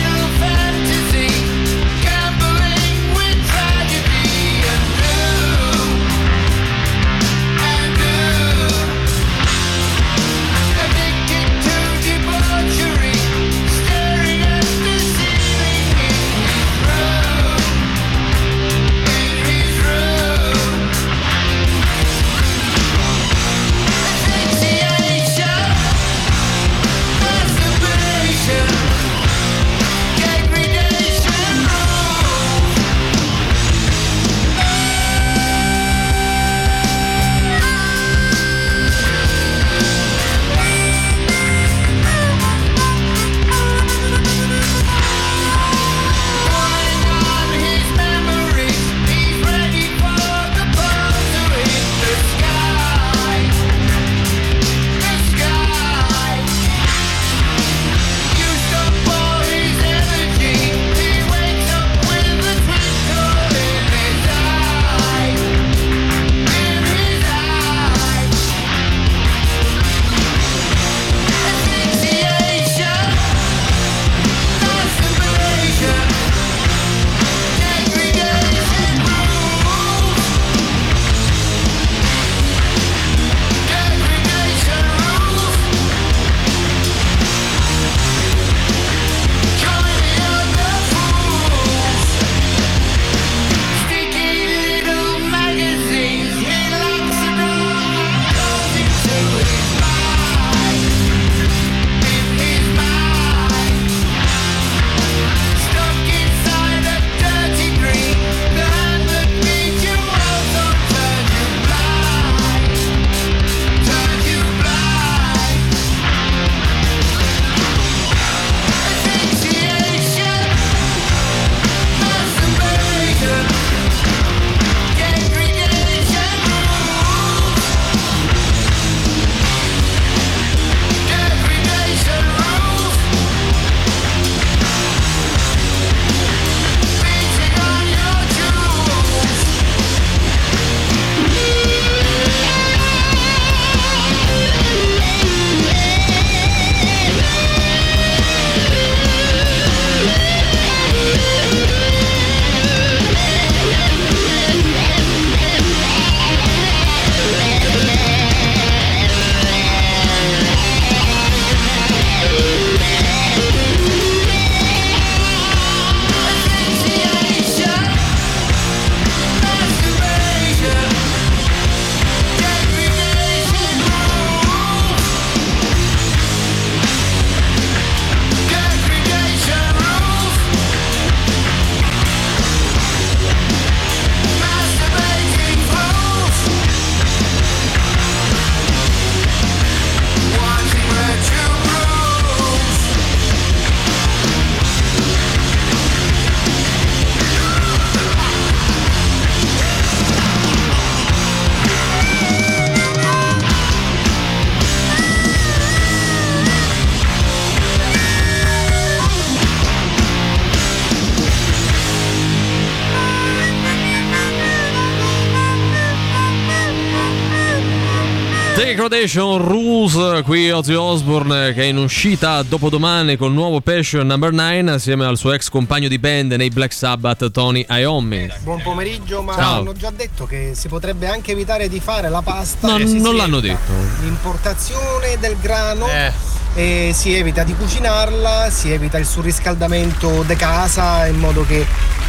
Degradation Rules, qui Ozzy Osbourne che è in uscita dopodomani col nuovo Passion No. 9 assieme al suo ex compagno di band nei Black Sabbath, Tony Iommi. Buon pomeriggio, ma ciao. Hanno già detto che si potrebbe anche evitare di fare la pasta. No, non l'hanno detto. L'importazione del grano. Si evita di cucinarla, si evita il surriscaldamento de casa in modo che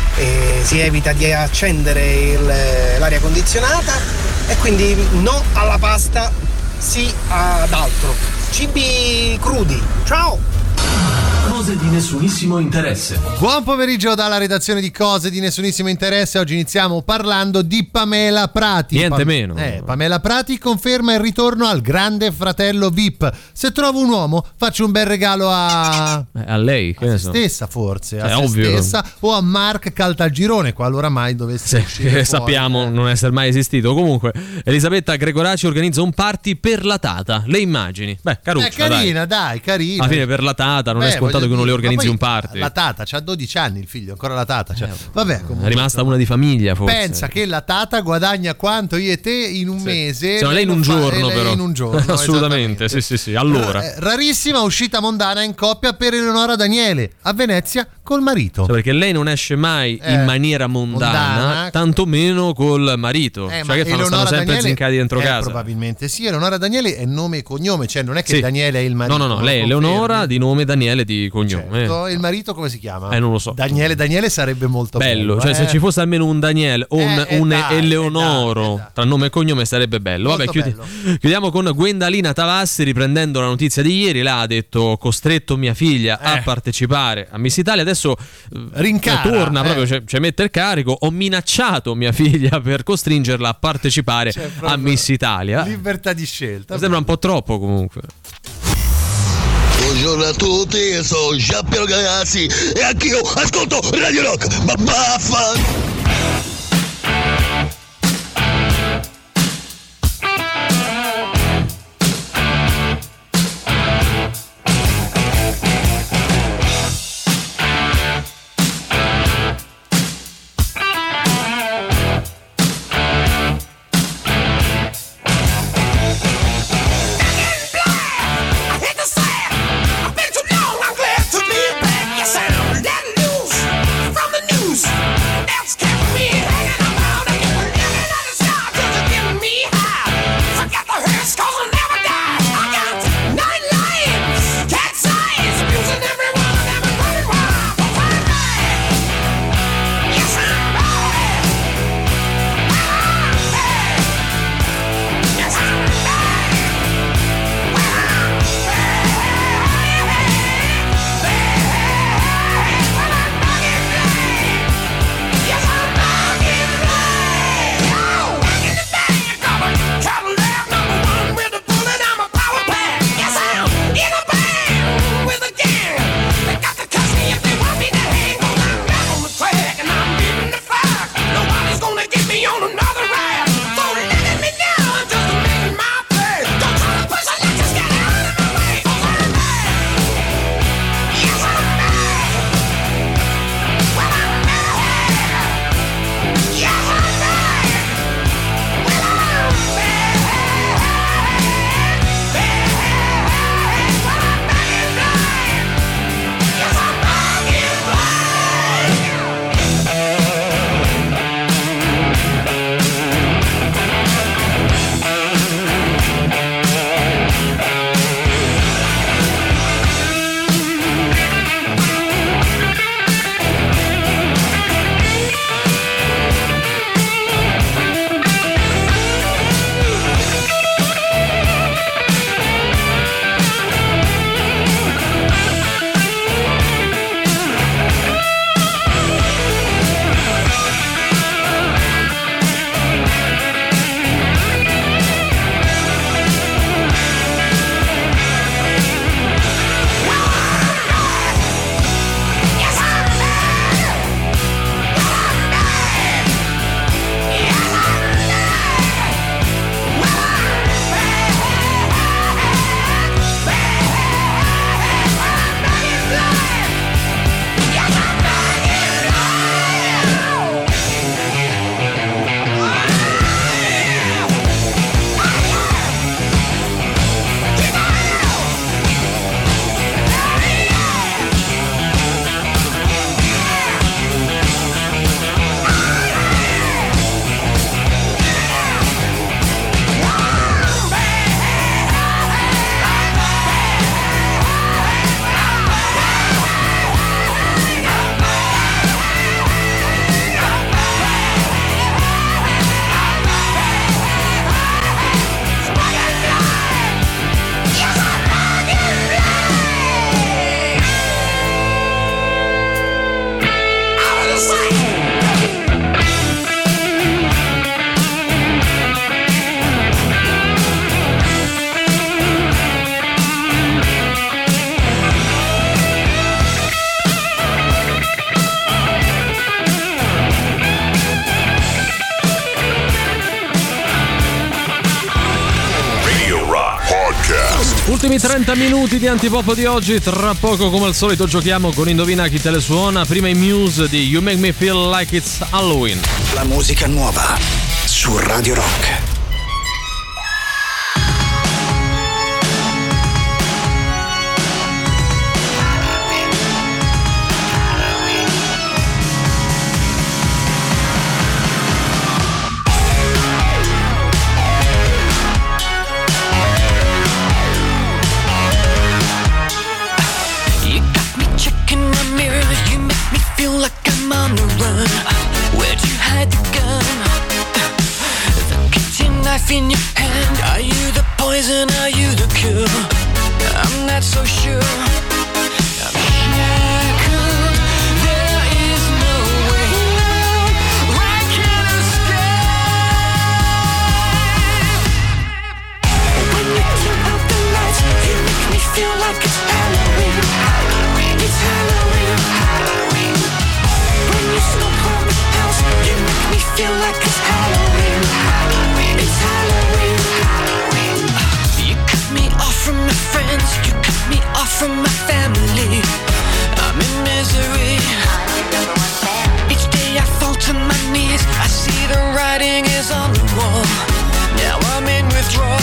si evita di accendere l'aria condizionata e quindi no alla pasta, sì ad altro. Cibi crudi. Ciao! Cose di nessunissimo interesse. Buon pomeriggio dalla redazione di Cose di nessunissimo interesse. Oggi iniziamo parlando di Pamela Prati. Niente meno. Pamela Prati conferma il ritorno al Grande Fratello VIP. Se trovo un uomo faccio un bel regalo a lei, che a ne se so. stessa forse, a se ovvio. stessa o a Mark Caltagirone, qualora mai dovesse uscire fuori. Sappiamo non essere mai esistito. Comunque Elisabetta Gregoraci organizza un party per la tata. Le immagini? Beh, caruccia, carina, dai, carina. Alla fine per la tata non è scontato che uno le organizzi un party. La tata c'ha 12 anni, il figlio, ancora la tata. Vabbè, comunque, è rimasta una di famiglia, forse. Pensa che la tata guadagna quanto io e te in un mese. Sì, lei in un giorno, però. In un giorno, assolutamente, sì. Allora, rarissima uscita mondana in coppia per Eleonora Daniele a Venezia col marito. Perché lei non esce mai in maniera mondana, tantomeno col marito. Cioè che stanno sempre zincati dentro casa. Probabilmente sì. Eleonora Daniele è nome e cognome, cioè non è che Daniele è il marito. No, lei è Eleonora di nome, Daniele di cognome. Certo. Il marito come si chiama? Non lo so. Daniele sarebbe molto bello. Cioè se ci fosse almeno un Daniele o un Eleonoro tra nome e cognome sarebbe bello. Vabbè, chiudiamo con Gwendalina Tavassi, riprendendo la notizia di ieri. Là ha detto: ho costretto mia figlia a partecipare a Miss Italia. Adesso torna proprio, ci mette il carico. Ho minacciato mia figlia per costringerla a partecipare a Miss Italia. Libertà di scelta. Mi sembra un po' troppo comunque. Buongiorno a tutti, sono Giampiero Ganassi e anch'io ascolto Radio Rock, ma baffa! That's Ultimi 30 minuti di Antipop di oggi. Tra poco, come al solito, giochiamo con Indovina chi te le suona. Prima i Muse di You Make Me Feel Like It's Halloween. La musica nuova su Radio Rock. In your hand, are you the poison, are you the cure? I'm not so sure. I'm shackled, there is no way out. I can't escape. When you turn out the lights, you make me feel like it's Halloween. It's Halloween. When you smoke around the house, you make me feel like it's Halloween. It's Halloween. You cut me off from my friends, you cut me off from my family. I'm in misery. Each day I fall to my knees, I see the writing is on the wall. Now I'm in withdrawal.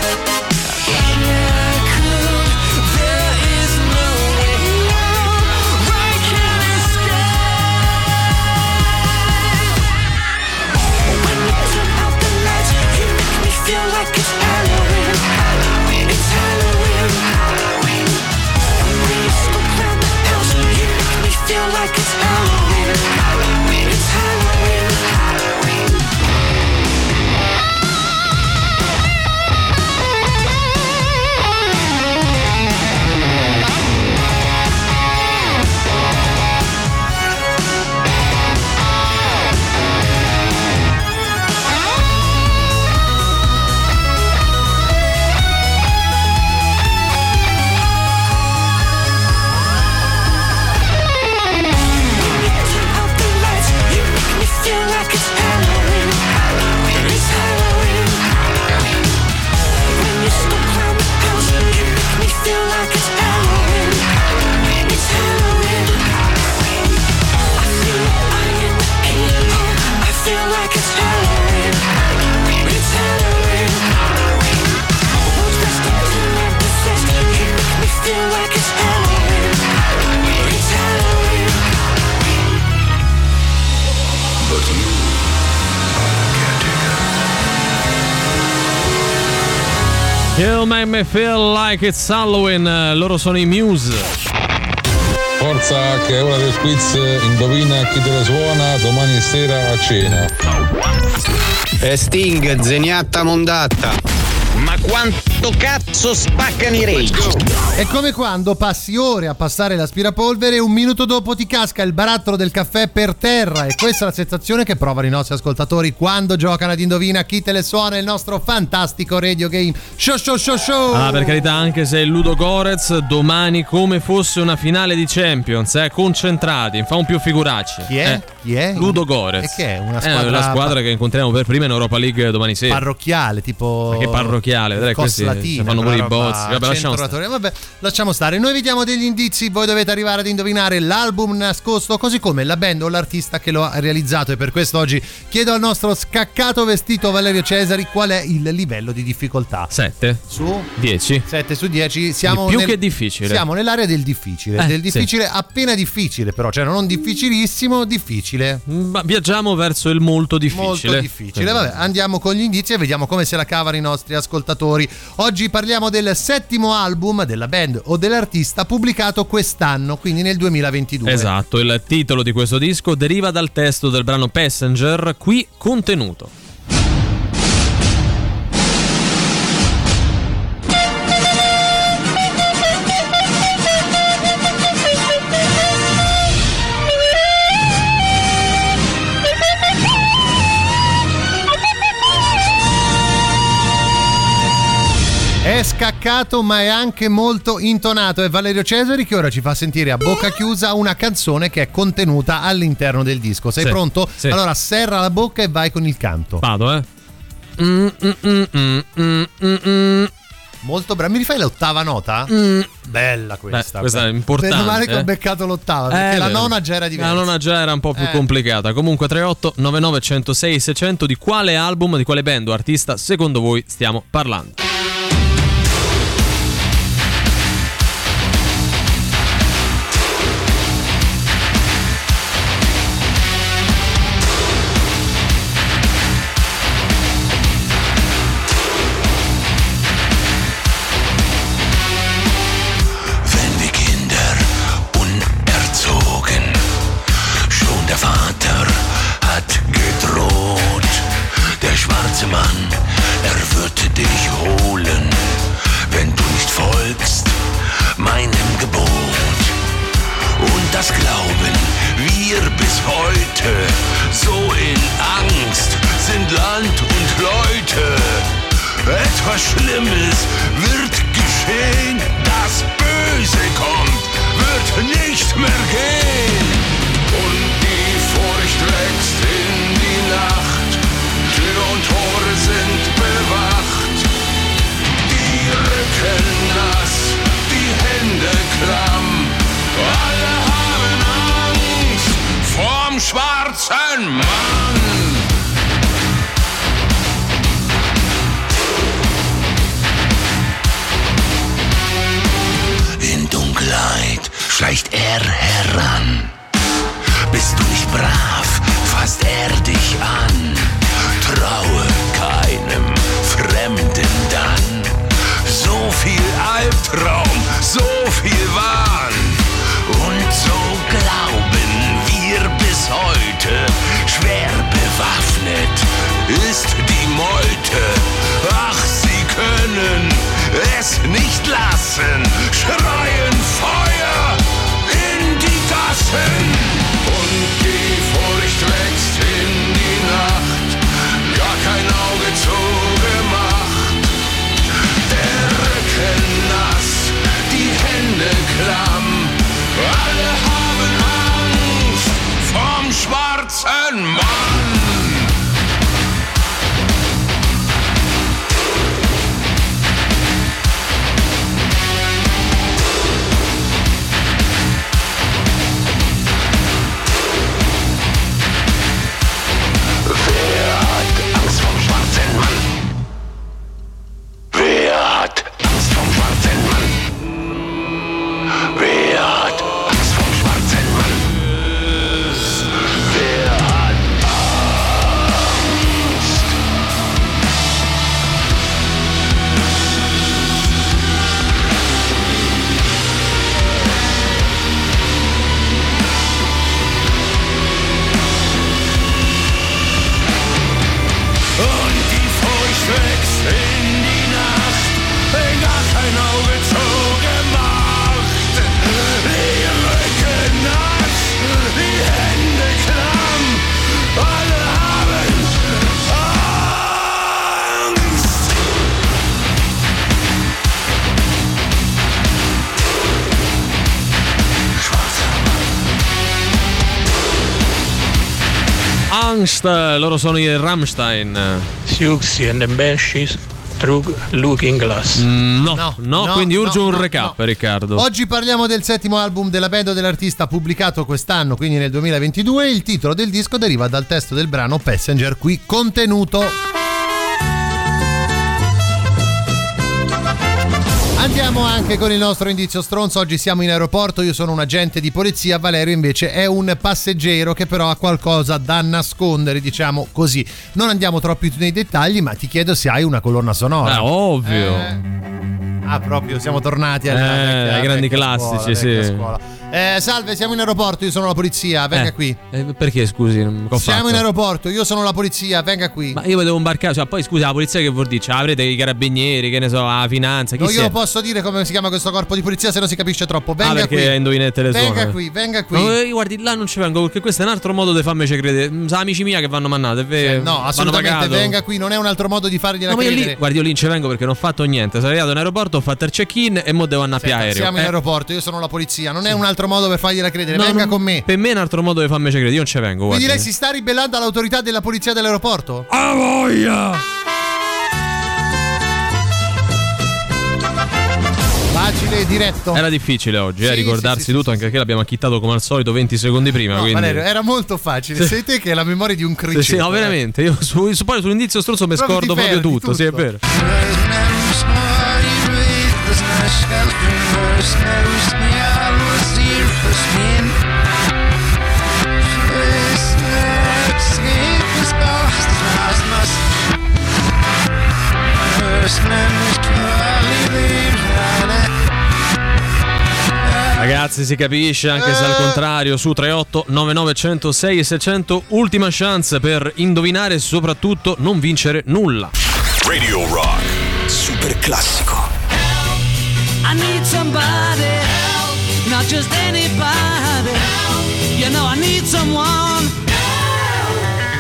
There is no way out. I can't escape. When you turn out the lights, you make me feel like it's Halloween. It's Halloween. When you smoke around the house, you make me feel like it's Halloween. It's Halloween. You Make Me Feel Like It's Halloween. Loro sono i Muse. Forza, che è ora del quiz. Indovina chi te la suona domani sera a cena. Sting, Zeniatta Mondatta. Ma quanto cazzo spaccano i Rage? È come quando passi ore a passare l'aspirapolvere e un minuto dopo ti casca il barattolo del caffè per terra. E questa è la sensazione che provano i nostri ascoltatori quando giocano ad Indovina chi te le suona, il nostro fantastico radio game show. Ah, per carità, anche se è Ludo Gorez, domani come fosse una finale di Champions, concentrati, fa un più figuracci. Chi è? Chi è? Ludo Gorez. E che è? Una squadra, la squadra che incontriamo per prima in Europa League domani sera. Parrocchiale, tipo. Ma che parrocchiale? Vedrai, questi Latina, fanno pure i bozzi. Vabbè, lasciamo stare. Noi vi diamo degli indizi, voi dovete arrivare ad indovinare l'album nascosto, così come la band o l'artista che lo ha realizzato. E per questo oggi chiedo al nostro scaccato vestito Valerio Cesari qual è il livello di difficoltà. 7 su 10. 7 su 10. Siamo più che difficile. Siamo nell'area del difficile. Del difficile, sì. Appena difficile, però, cioè non difficilissimo, difficile. Ma viaggiamo verso il molto difficile. Molto difficile. Vabbè, andiamo con gli indizi e vediamo come se la cavano i nostri ascoltatori. Oggi parliamo del 7° album della band o dell'artista pubblicato quest'anno, quindi nel 2022. Esatto, il titolo di questo disco deriva dal testo del brano Passenger, qui contenuto. È scaccato ma è anche molto intonato. È Valerio Cesari che ora ci fa sentire a bocca chiusa una canzone che è contenuta all'interno del disco. Sei pronto? Sì. Allora serra la bocca e vai con il canto. Vado, Molto bravo. Mi rifai l'ottava nota? Bella questa. Questa è importante. Meno male che ho beccato l'ottava, perché la nona già era diversa. La nona già era un po' più complicata. Comunque 38 99 106 600, di quale album, di quale band o artista secondo voi stiamo parlando? Mann, er wird dich holen, wenn du nicht folgst meinem Gebot. Und das glauben wir bis heute, so in Angst sind Land und Leute. Etwas Schlimmes wird geschehen, das Böse kommt, wird nicht mehr gehen. Und die Furcht wächst in die Nacht, Tür und Tore sind bewacht, die Rücken nass, die Hände klamm, alle haben Angst vorm schwarzen Mann. In Dunkelheit schleicht er heran, bist du nicht brav, fasst er dich an. Traue keinem Fremden dann. So viel Albtraum, so viel Wahn. Und so glauben wir bis heute, schwer bewaffnet ist die Meute. Ach, sie können es nicht lassen, schreien Feuer in die Gassen. Und die Furcht wächst in die Nacht, kein Auge zugemacht, der Rücken nass, die Hände klamm, alle haben Angst vorm schwarzen Mann. Loro sono i Rammstein. Siouxsie and the Banshees Through Looking Glass. No, quindi urge un recap, Riccardo. Oggi parliamo del settimo album della band o dell'artista pubblicato quest'anno, quindi nel 2022. Il titolo del disco deriva dal testo del brano Passenger qui contenuto. Andiamo anche con il nostro indizio stronzo. Oggi siamo in aeroporto, io sono un agente di polizia, Valerio invece è un passeggero che però ha qualcosa da nascondere, diciamo così. Non andiamo troppo nei dettagli, ma ti chiedo se hai una colonna sonora. Ovvio. Proprio siamo tornati ai grandi classici, scuola. Salve, siamo in aeroporto, io sono la polizia, venga qui. Perché scusi? Siamo in aeroporto, io sono la polizia, venga qui. Ma io devo imbarcare, cioè, poi scusa, la polizia che vuol dire? Cioè, avrete i carabinieri, che ne so, la finanza. Io lo posso dire come si chiama questo corpo di polizia, se no si capisce troppo. Venga qui. Indovinette le venga qui. No, guardi, là non ci vengo perché questo è un altro modo di farmici credere. Sono amici miei che vanno mannate. No, assolutamente, venga qui, non è un altro modo di fargliela credere. Guardi, io lì non ci vengo perché non ho fatto niente. Sono arrivato in aeroporto, ho fatto il check-in e mo devo andare a aereo. Siamo in aeroporto, io sono la polizia, non è un altro modo per fargliela credere. Venga con me. Per me è un altro modo di farmi credere, io non ci vengo. Quindi lei si sta ribellando all'autorità della polizia dell'aeroporto? A voglia! Facile e diretto. Era difficile oggi, ricordarsi tutto, anche perché l'abbiamo acchittato come al solito 20 secondi prima. No, quindi... Valerio, era molto facile. Sei te che hai la memoria di un criceto. Sì, no, veramente. Io poi sull'indizio stronzo mi scordo proprio tutto. Sì, è vero. Ragazzi, si capisce anche se al contrario. Su 38 99 106 e 600, ultima chance per indovinare e soprattutto non vincere nulla. Radio Rock super classico. I need somebody help, not just anybody help. You know I need someone help.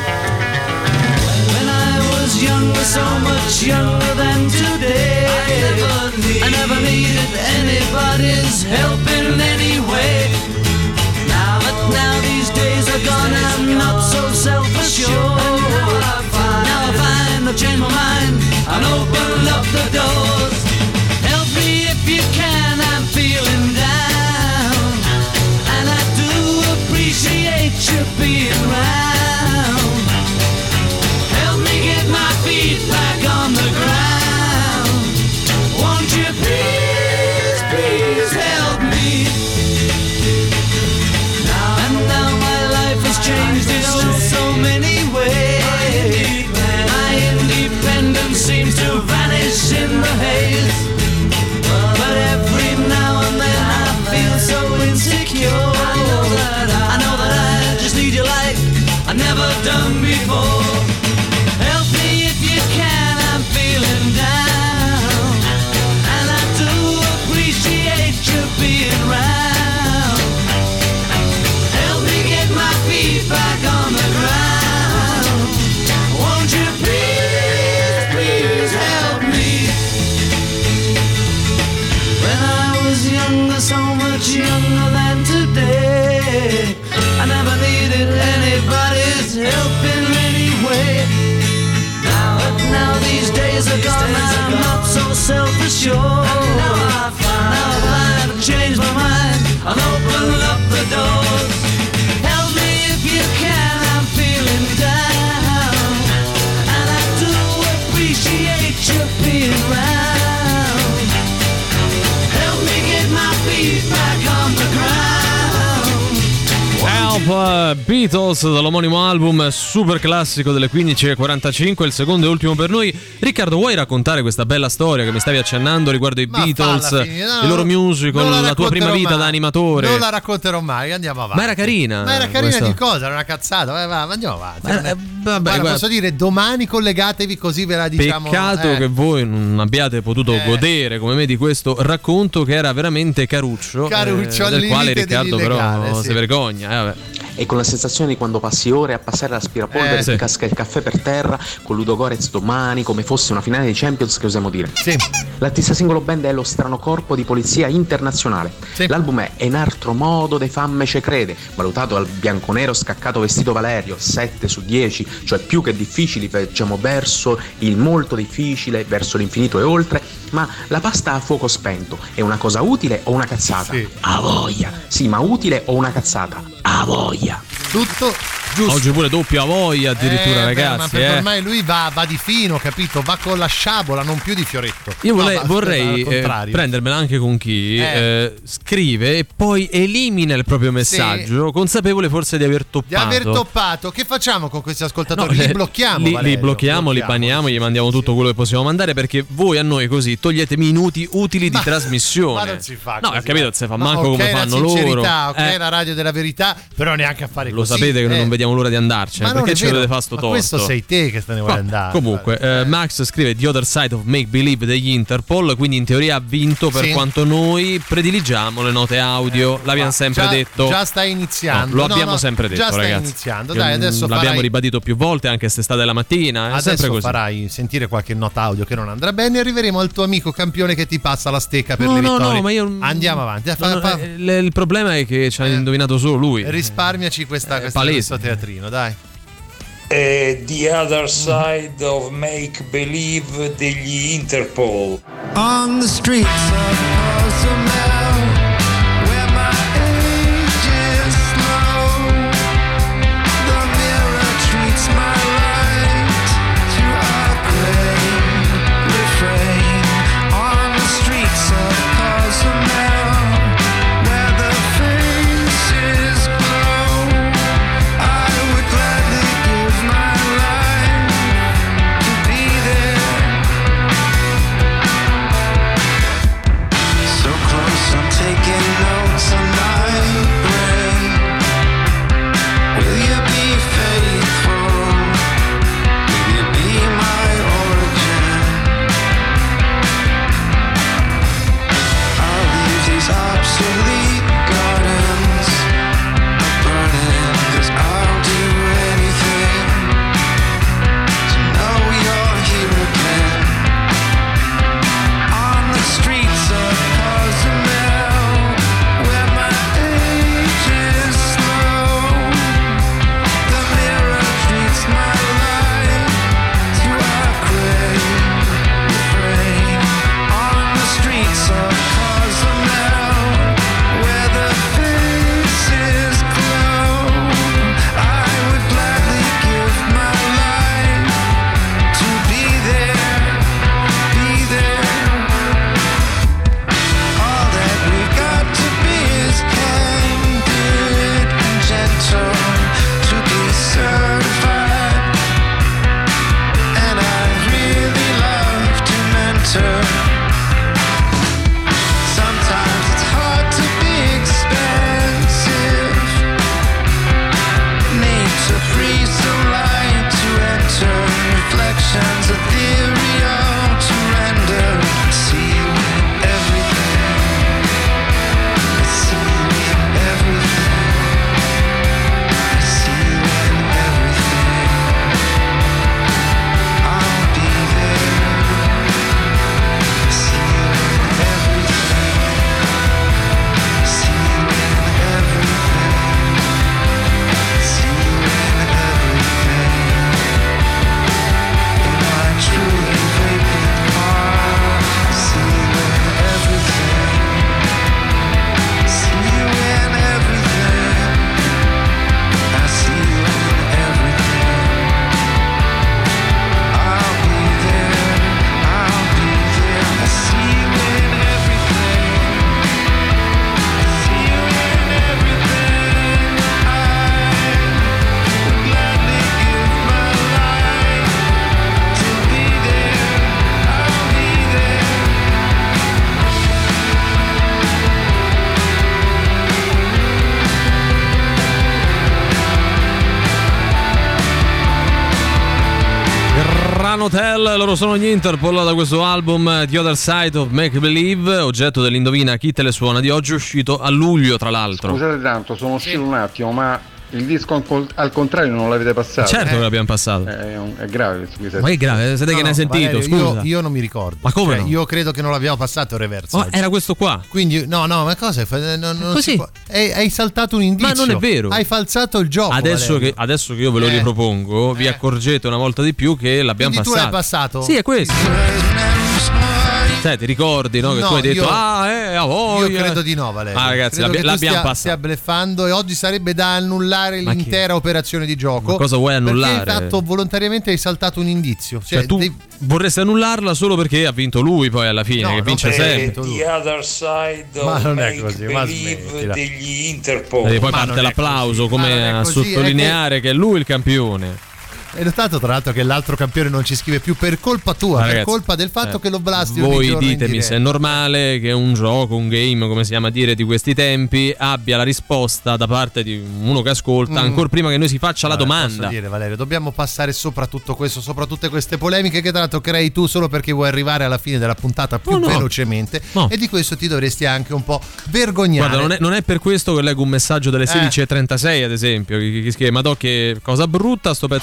When I was younger, so much younger than today, I never needed anybody's help in any way. Now these days are gone, I'm not so self-assured. Now I find I've changed my mind and opened up the doors. Help me if you can, I'm feeling down, and I do appreciate you being around. Help me get my feet back on the ground. Won't you please, please help me? Now my life has changed in so many ways. My independence seems to vanish in the haze. But every now and then I feel so insecure. I know that I just need you like I've never done before. Help me if you can, I'm feeling down, and I do appreciate you being around. Help me get my feet back on the ground. Won't you please, please help me? When I was younger, so much younger than today, I never needed anybody's help in any way. Now these days are gone, I'm not so self-assured. Now I find I've changed my mind and opened up the doors. Help me if you can, I'm feeling down, and I do appreciate you being around. Help me get my feet back on the ground. Help, Beatles, dall'omonimo album super classico delle 15:45, il secondo e ultimo per noi. Riccardo, vuoi raccontare questa bella storia che mi stavi accennando riguardo i Beatles, il loro musical, la tua prima vita da animatore? Non la racconterò mai, andiamo avanti. Ma era carina. Ma era carina di cosa? Era una cazzata. Va, andiamo avanti. Guarda, posso dire, domani collegatevi così ve la diciamo. Peccato che voi non abbiate potuto godere come me di questo racconto che era veramente caruccio del quale Riccardo però si vergogna. Vabbè. E con la sensazione di quando passi ore a passare l'aspirapolvere e ti casca il caffè per terra con Ludogorets domani come fosse una finale di Champions, che osiamo dire. L'artista singolo band è lo strano corpo di polizia internazionale. L'album è un altro modo de famme ce crede, valutato al bianconero scaccato vestito Valerio 7 su 10, cioè più che difficili viaggiamo verso il molto difficile, verso l'infinito e oltre. Ma la pasta a fuoco spento è una cosa utile o una cazzata? A voglia. Sì, ma utile o una cazzata? A voglia. Tutto giusto. Oggi pure doppio a voglia addirittura, ragazzi. Ma perché ormai lui va di fino, capito? Va con la sciabola, non più di fioretto. Io vorrei prendermela anche con chi scrive e poi elimina il proprio messaggio, consapevole forse di aver toppato. Che facciamo con questi ascoltatori? Li blocchiamo, li blocchiamo, li baniamo, gli mandiamo tutto quello che possiamo mandare, perché voi a noi così togliete minuti utili di trasmissione. Ma non si fa così. No, capito, non si fa manco come fanno loro. Ok, la radio della verità, però neanche a fare lo così. Lo sapete che noi non vediamo l'ora di andarcene, perché ce lo deve fare sto torto. Questo sei te che te ne vuoi andare. Comunque, Max scrive The Other Side of Make Believe degli Interpol, quindi in teoria ha vinto per quanto noi prediligiamo le note audio. L'abbiamo sempre detto. Già sta iniziando. Lo abbiamo sempre detto, già sta ragazzi. Iniziando. Dai, adesso l'abbiamo ribadito più volte anche se sta della mattina. È sempre così. Farai sentire qualche nota audio che non andrà bene e arriveremo al tuo amico campione che ti passa la stecca per le vittorie. No, ma io andiamo avanti. Il problema è che ci ha indovinato solo lui. Risparmiaci questo teatrino, dai. The Other Side of Make Believe degli Interpol. On the streets of Hotel, loro sono gli Interpol da questo album The Other Side of Make Believe, oggetto dell'Indovina chi te le suona di oggi, uscito a luglio tra l'altro. Scusate tanto, sono uscito un attimo, ma il disco al contrario non l'avete passato? Certo che l'abbiamo passato. È grave. Ma è grave? Siete che ne hai sentito? Valerio, scusa. Io non mi ricordo. Ma come? Io credo che non l'abbiamo passato il reverse. Oh, era questo qua. Quindi no, ma cosa? Non così. Si può. Hai saltato un indizio. Ma non è vero. Hai falsato il gioco. Adesso che io ve lo ripropongo, vi accorgete una volta di più che l'abbiamo quindi passato. Tu l'hai passato? Sì, è questo. Ti ricordi, no? Che tu hai detto a voi. Io credo di no, Valerio. Ma ragazzi, l'abbiamo passato. Stia bluffando e oggi sarebbe da annullare l'intera operazione di gioco. Ma cosa vuoi annullare? Perché hai fatto volontariamente, hai saltato un indizio. Cioè tu vorresti annullarla solo perché ha vinto lui poi alla fine, che vince sempre. The Other Side of Make Believe degli Interpol. E poi parte l'applauso come a sottolineare che è lui il campione. Hai notato tra l'altro che l'altro campione non ci scrive più per colpa tua, ragazzi, per colpa del fatto che lo blasti ogni giorno. Voi ditemi se è normale che un gioco, un game, come si ama dire, di questi tempi abbia la risposta da parte di uno che ascolta ancora prima che noi si faccia la domanda. Posso dire, Valerio, dobbiamo passare sopra tutto questo, sopra tutte queste polemiche che tra l'altro crei tu solo perché vuoi arrivare alla fine della puntata più velocemente e di questo ti dovresti anche un po' vergognare. Guarda, non è per questo che leggo un messaggio delle 16:36 ad esempio che scrive: Madò, che cosa brutta sto pezzo dei Muse,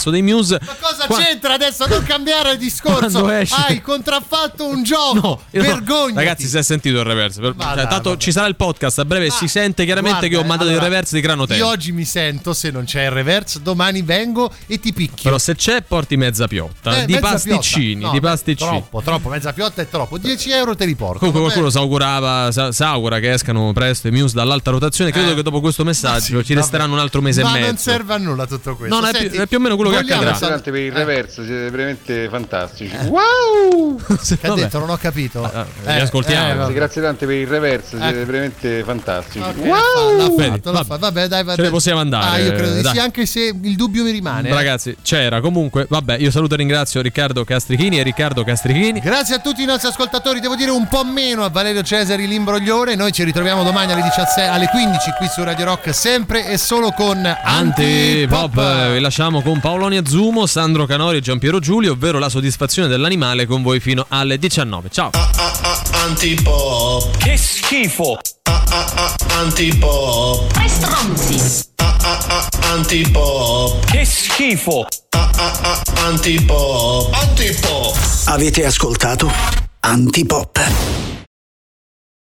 Muse. Ma cosa c'entra adesso? Non cambiare discorso. Hai contraffatto un gioco. Vergogna. Ragazzi, si è sentito il reverse. Tanto ci sarà il podcast a breve. Si sente chiaramente che ho mandato il reverse di Gran Hotel. Io oggi mi sento, se non c'è il reverse, domani vengo e ti picchio. Però se c'è, porti mezza piotta di pasticcini. No, di pasticcini. Troppo. Mezza piotta è troppo. 10 euro te li porto. Comunque qualcuno si augura che escano presto i Muse dall'alta rotazione. Credo che dopo questo messaggio ci resteranno un altro mese e mezzo. Ma non serve a nulla tutto questo. No, è più o meno quello che accadrà. Grazie per il reverse, siete veramente fantastici. Wow! Che ha detto? Non ho capito. Vi ascoltiamo. Grazie tante per il reverse, siete veramente fantastici. Okay, wow! L'ha fatto. Vabbè, dai. Ce ne possiamo andare. Io credo di sì, anche se il dubbio mi rimane. Ragazzi, c'era comunque. Vabbè, io saluto e ringrazio Riccardo Castrichini e Riccardo Castrichini. Grazie a tutti i nostri ascoltatori. Devo dire un po' meno a Valerio Cesari l'Imbroglione. Noi ci ritroviamo domani alle 15 qui su Radio Rock, sempre e solo con Antipop. Vi lasciamo con Paoloni Azzumo, Sandro Canori e Giampiero Giulio, ovvero La soddisfazione dell'animale, con voi fino alle 19. Ciao. Antipop. Che schifo. Antipop. Tre stronzi. Antipop. Che schifo. Antipop. Avete ascoltato Antipop.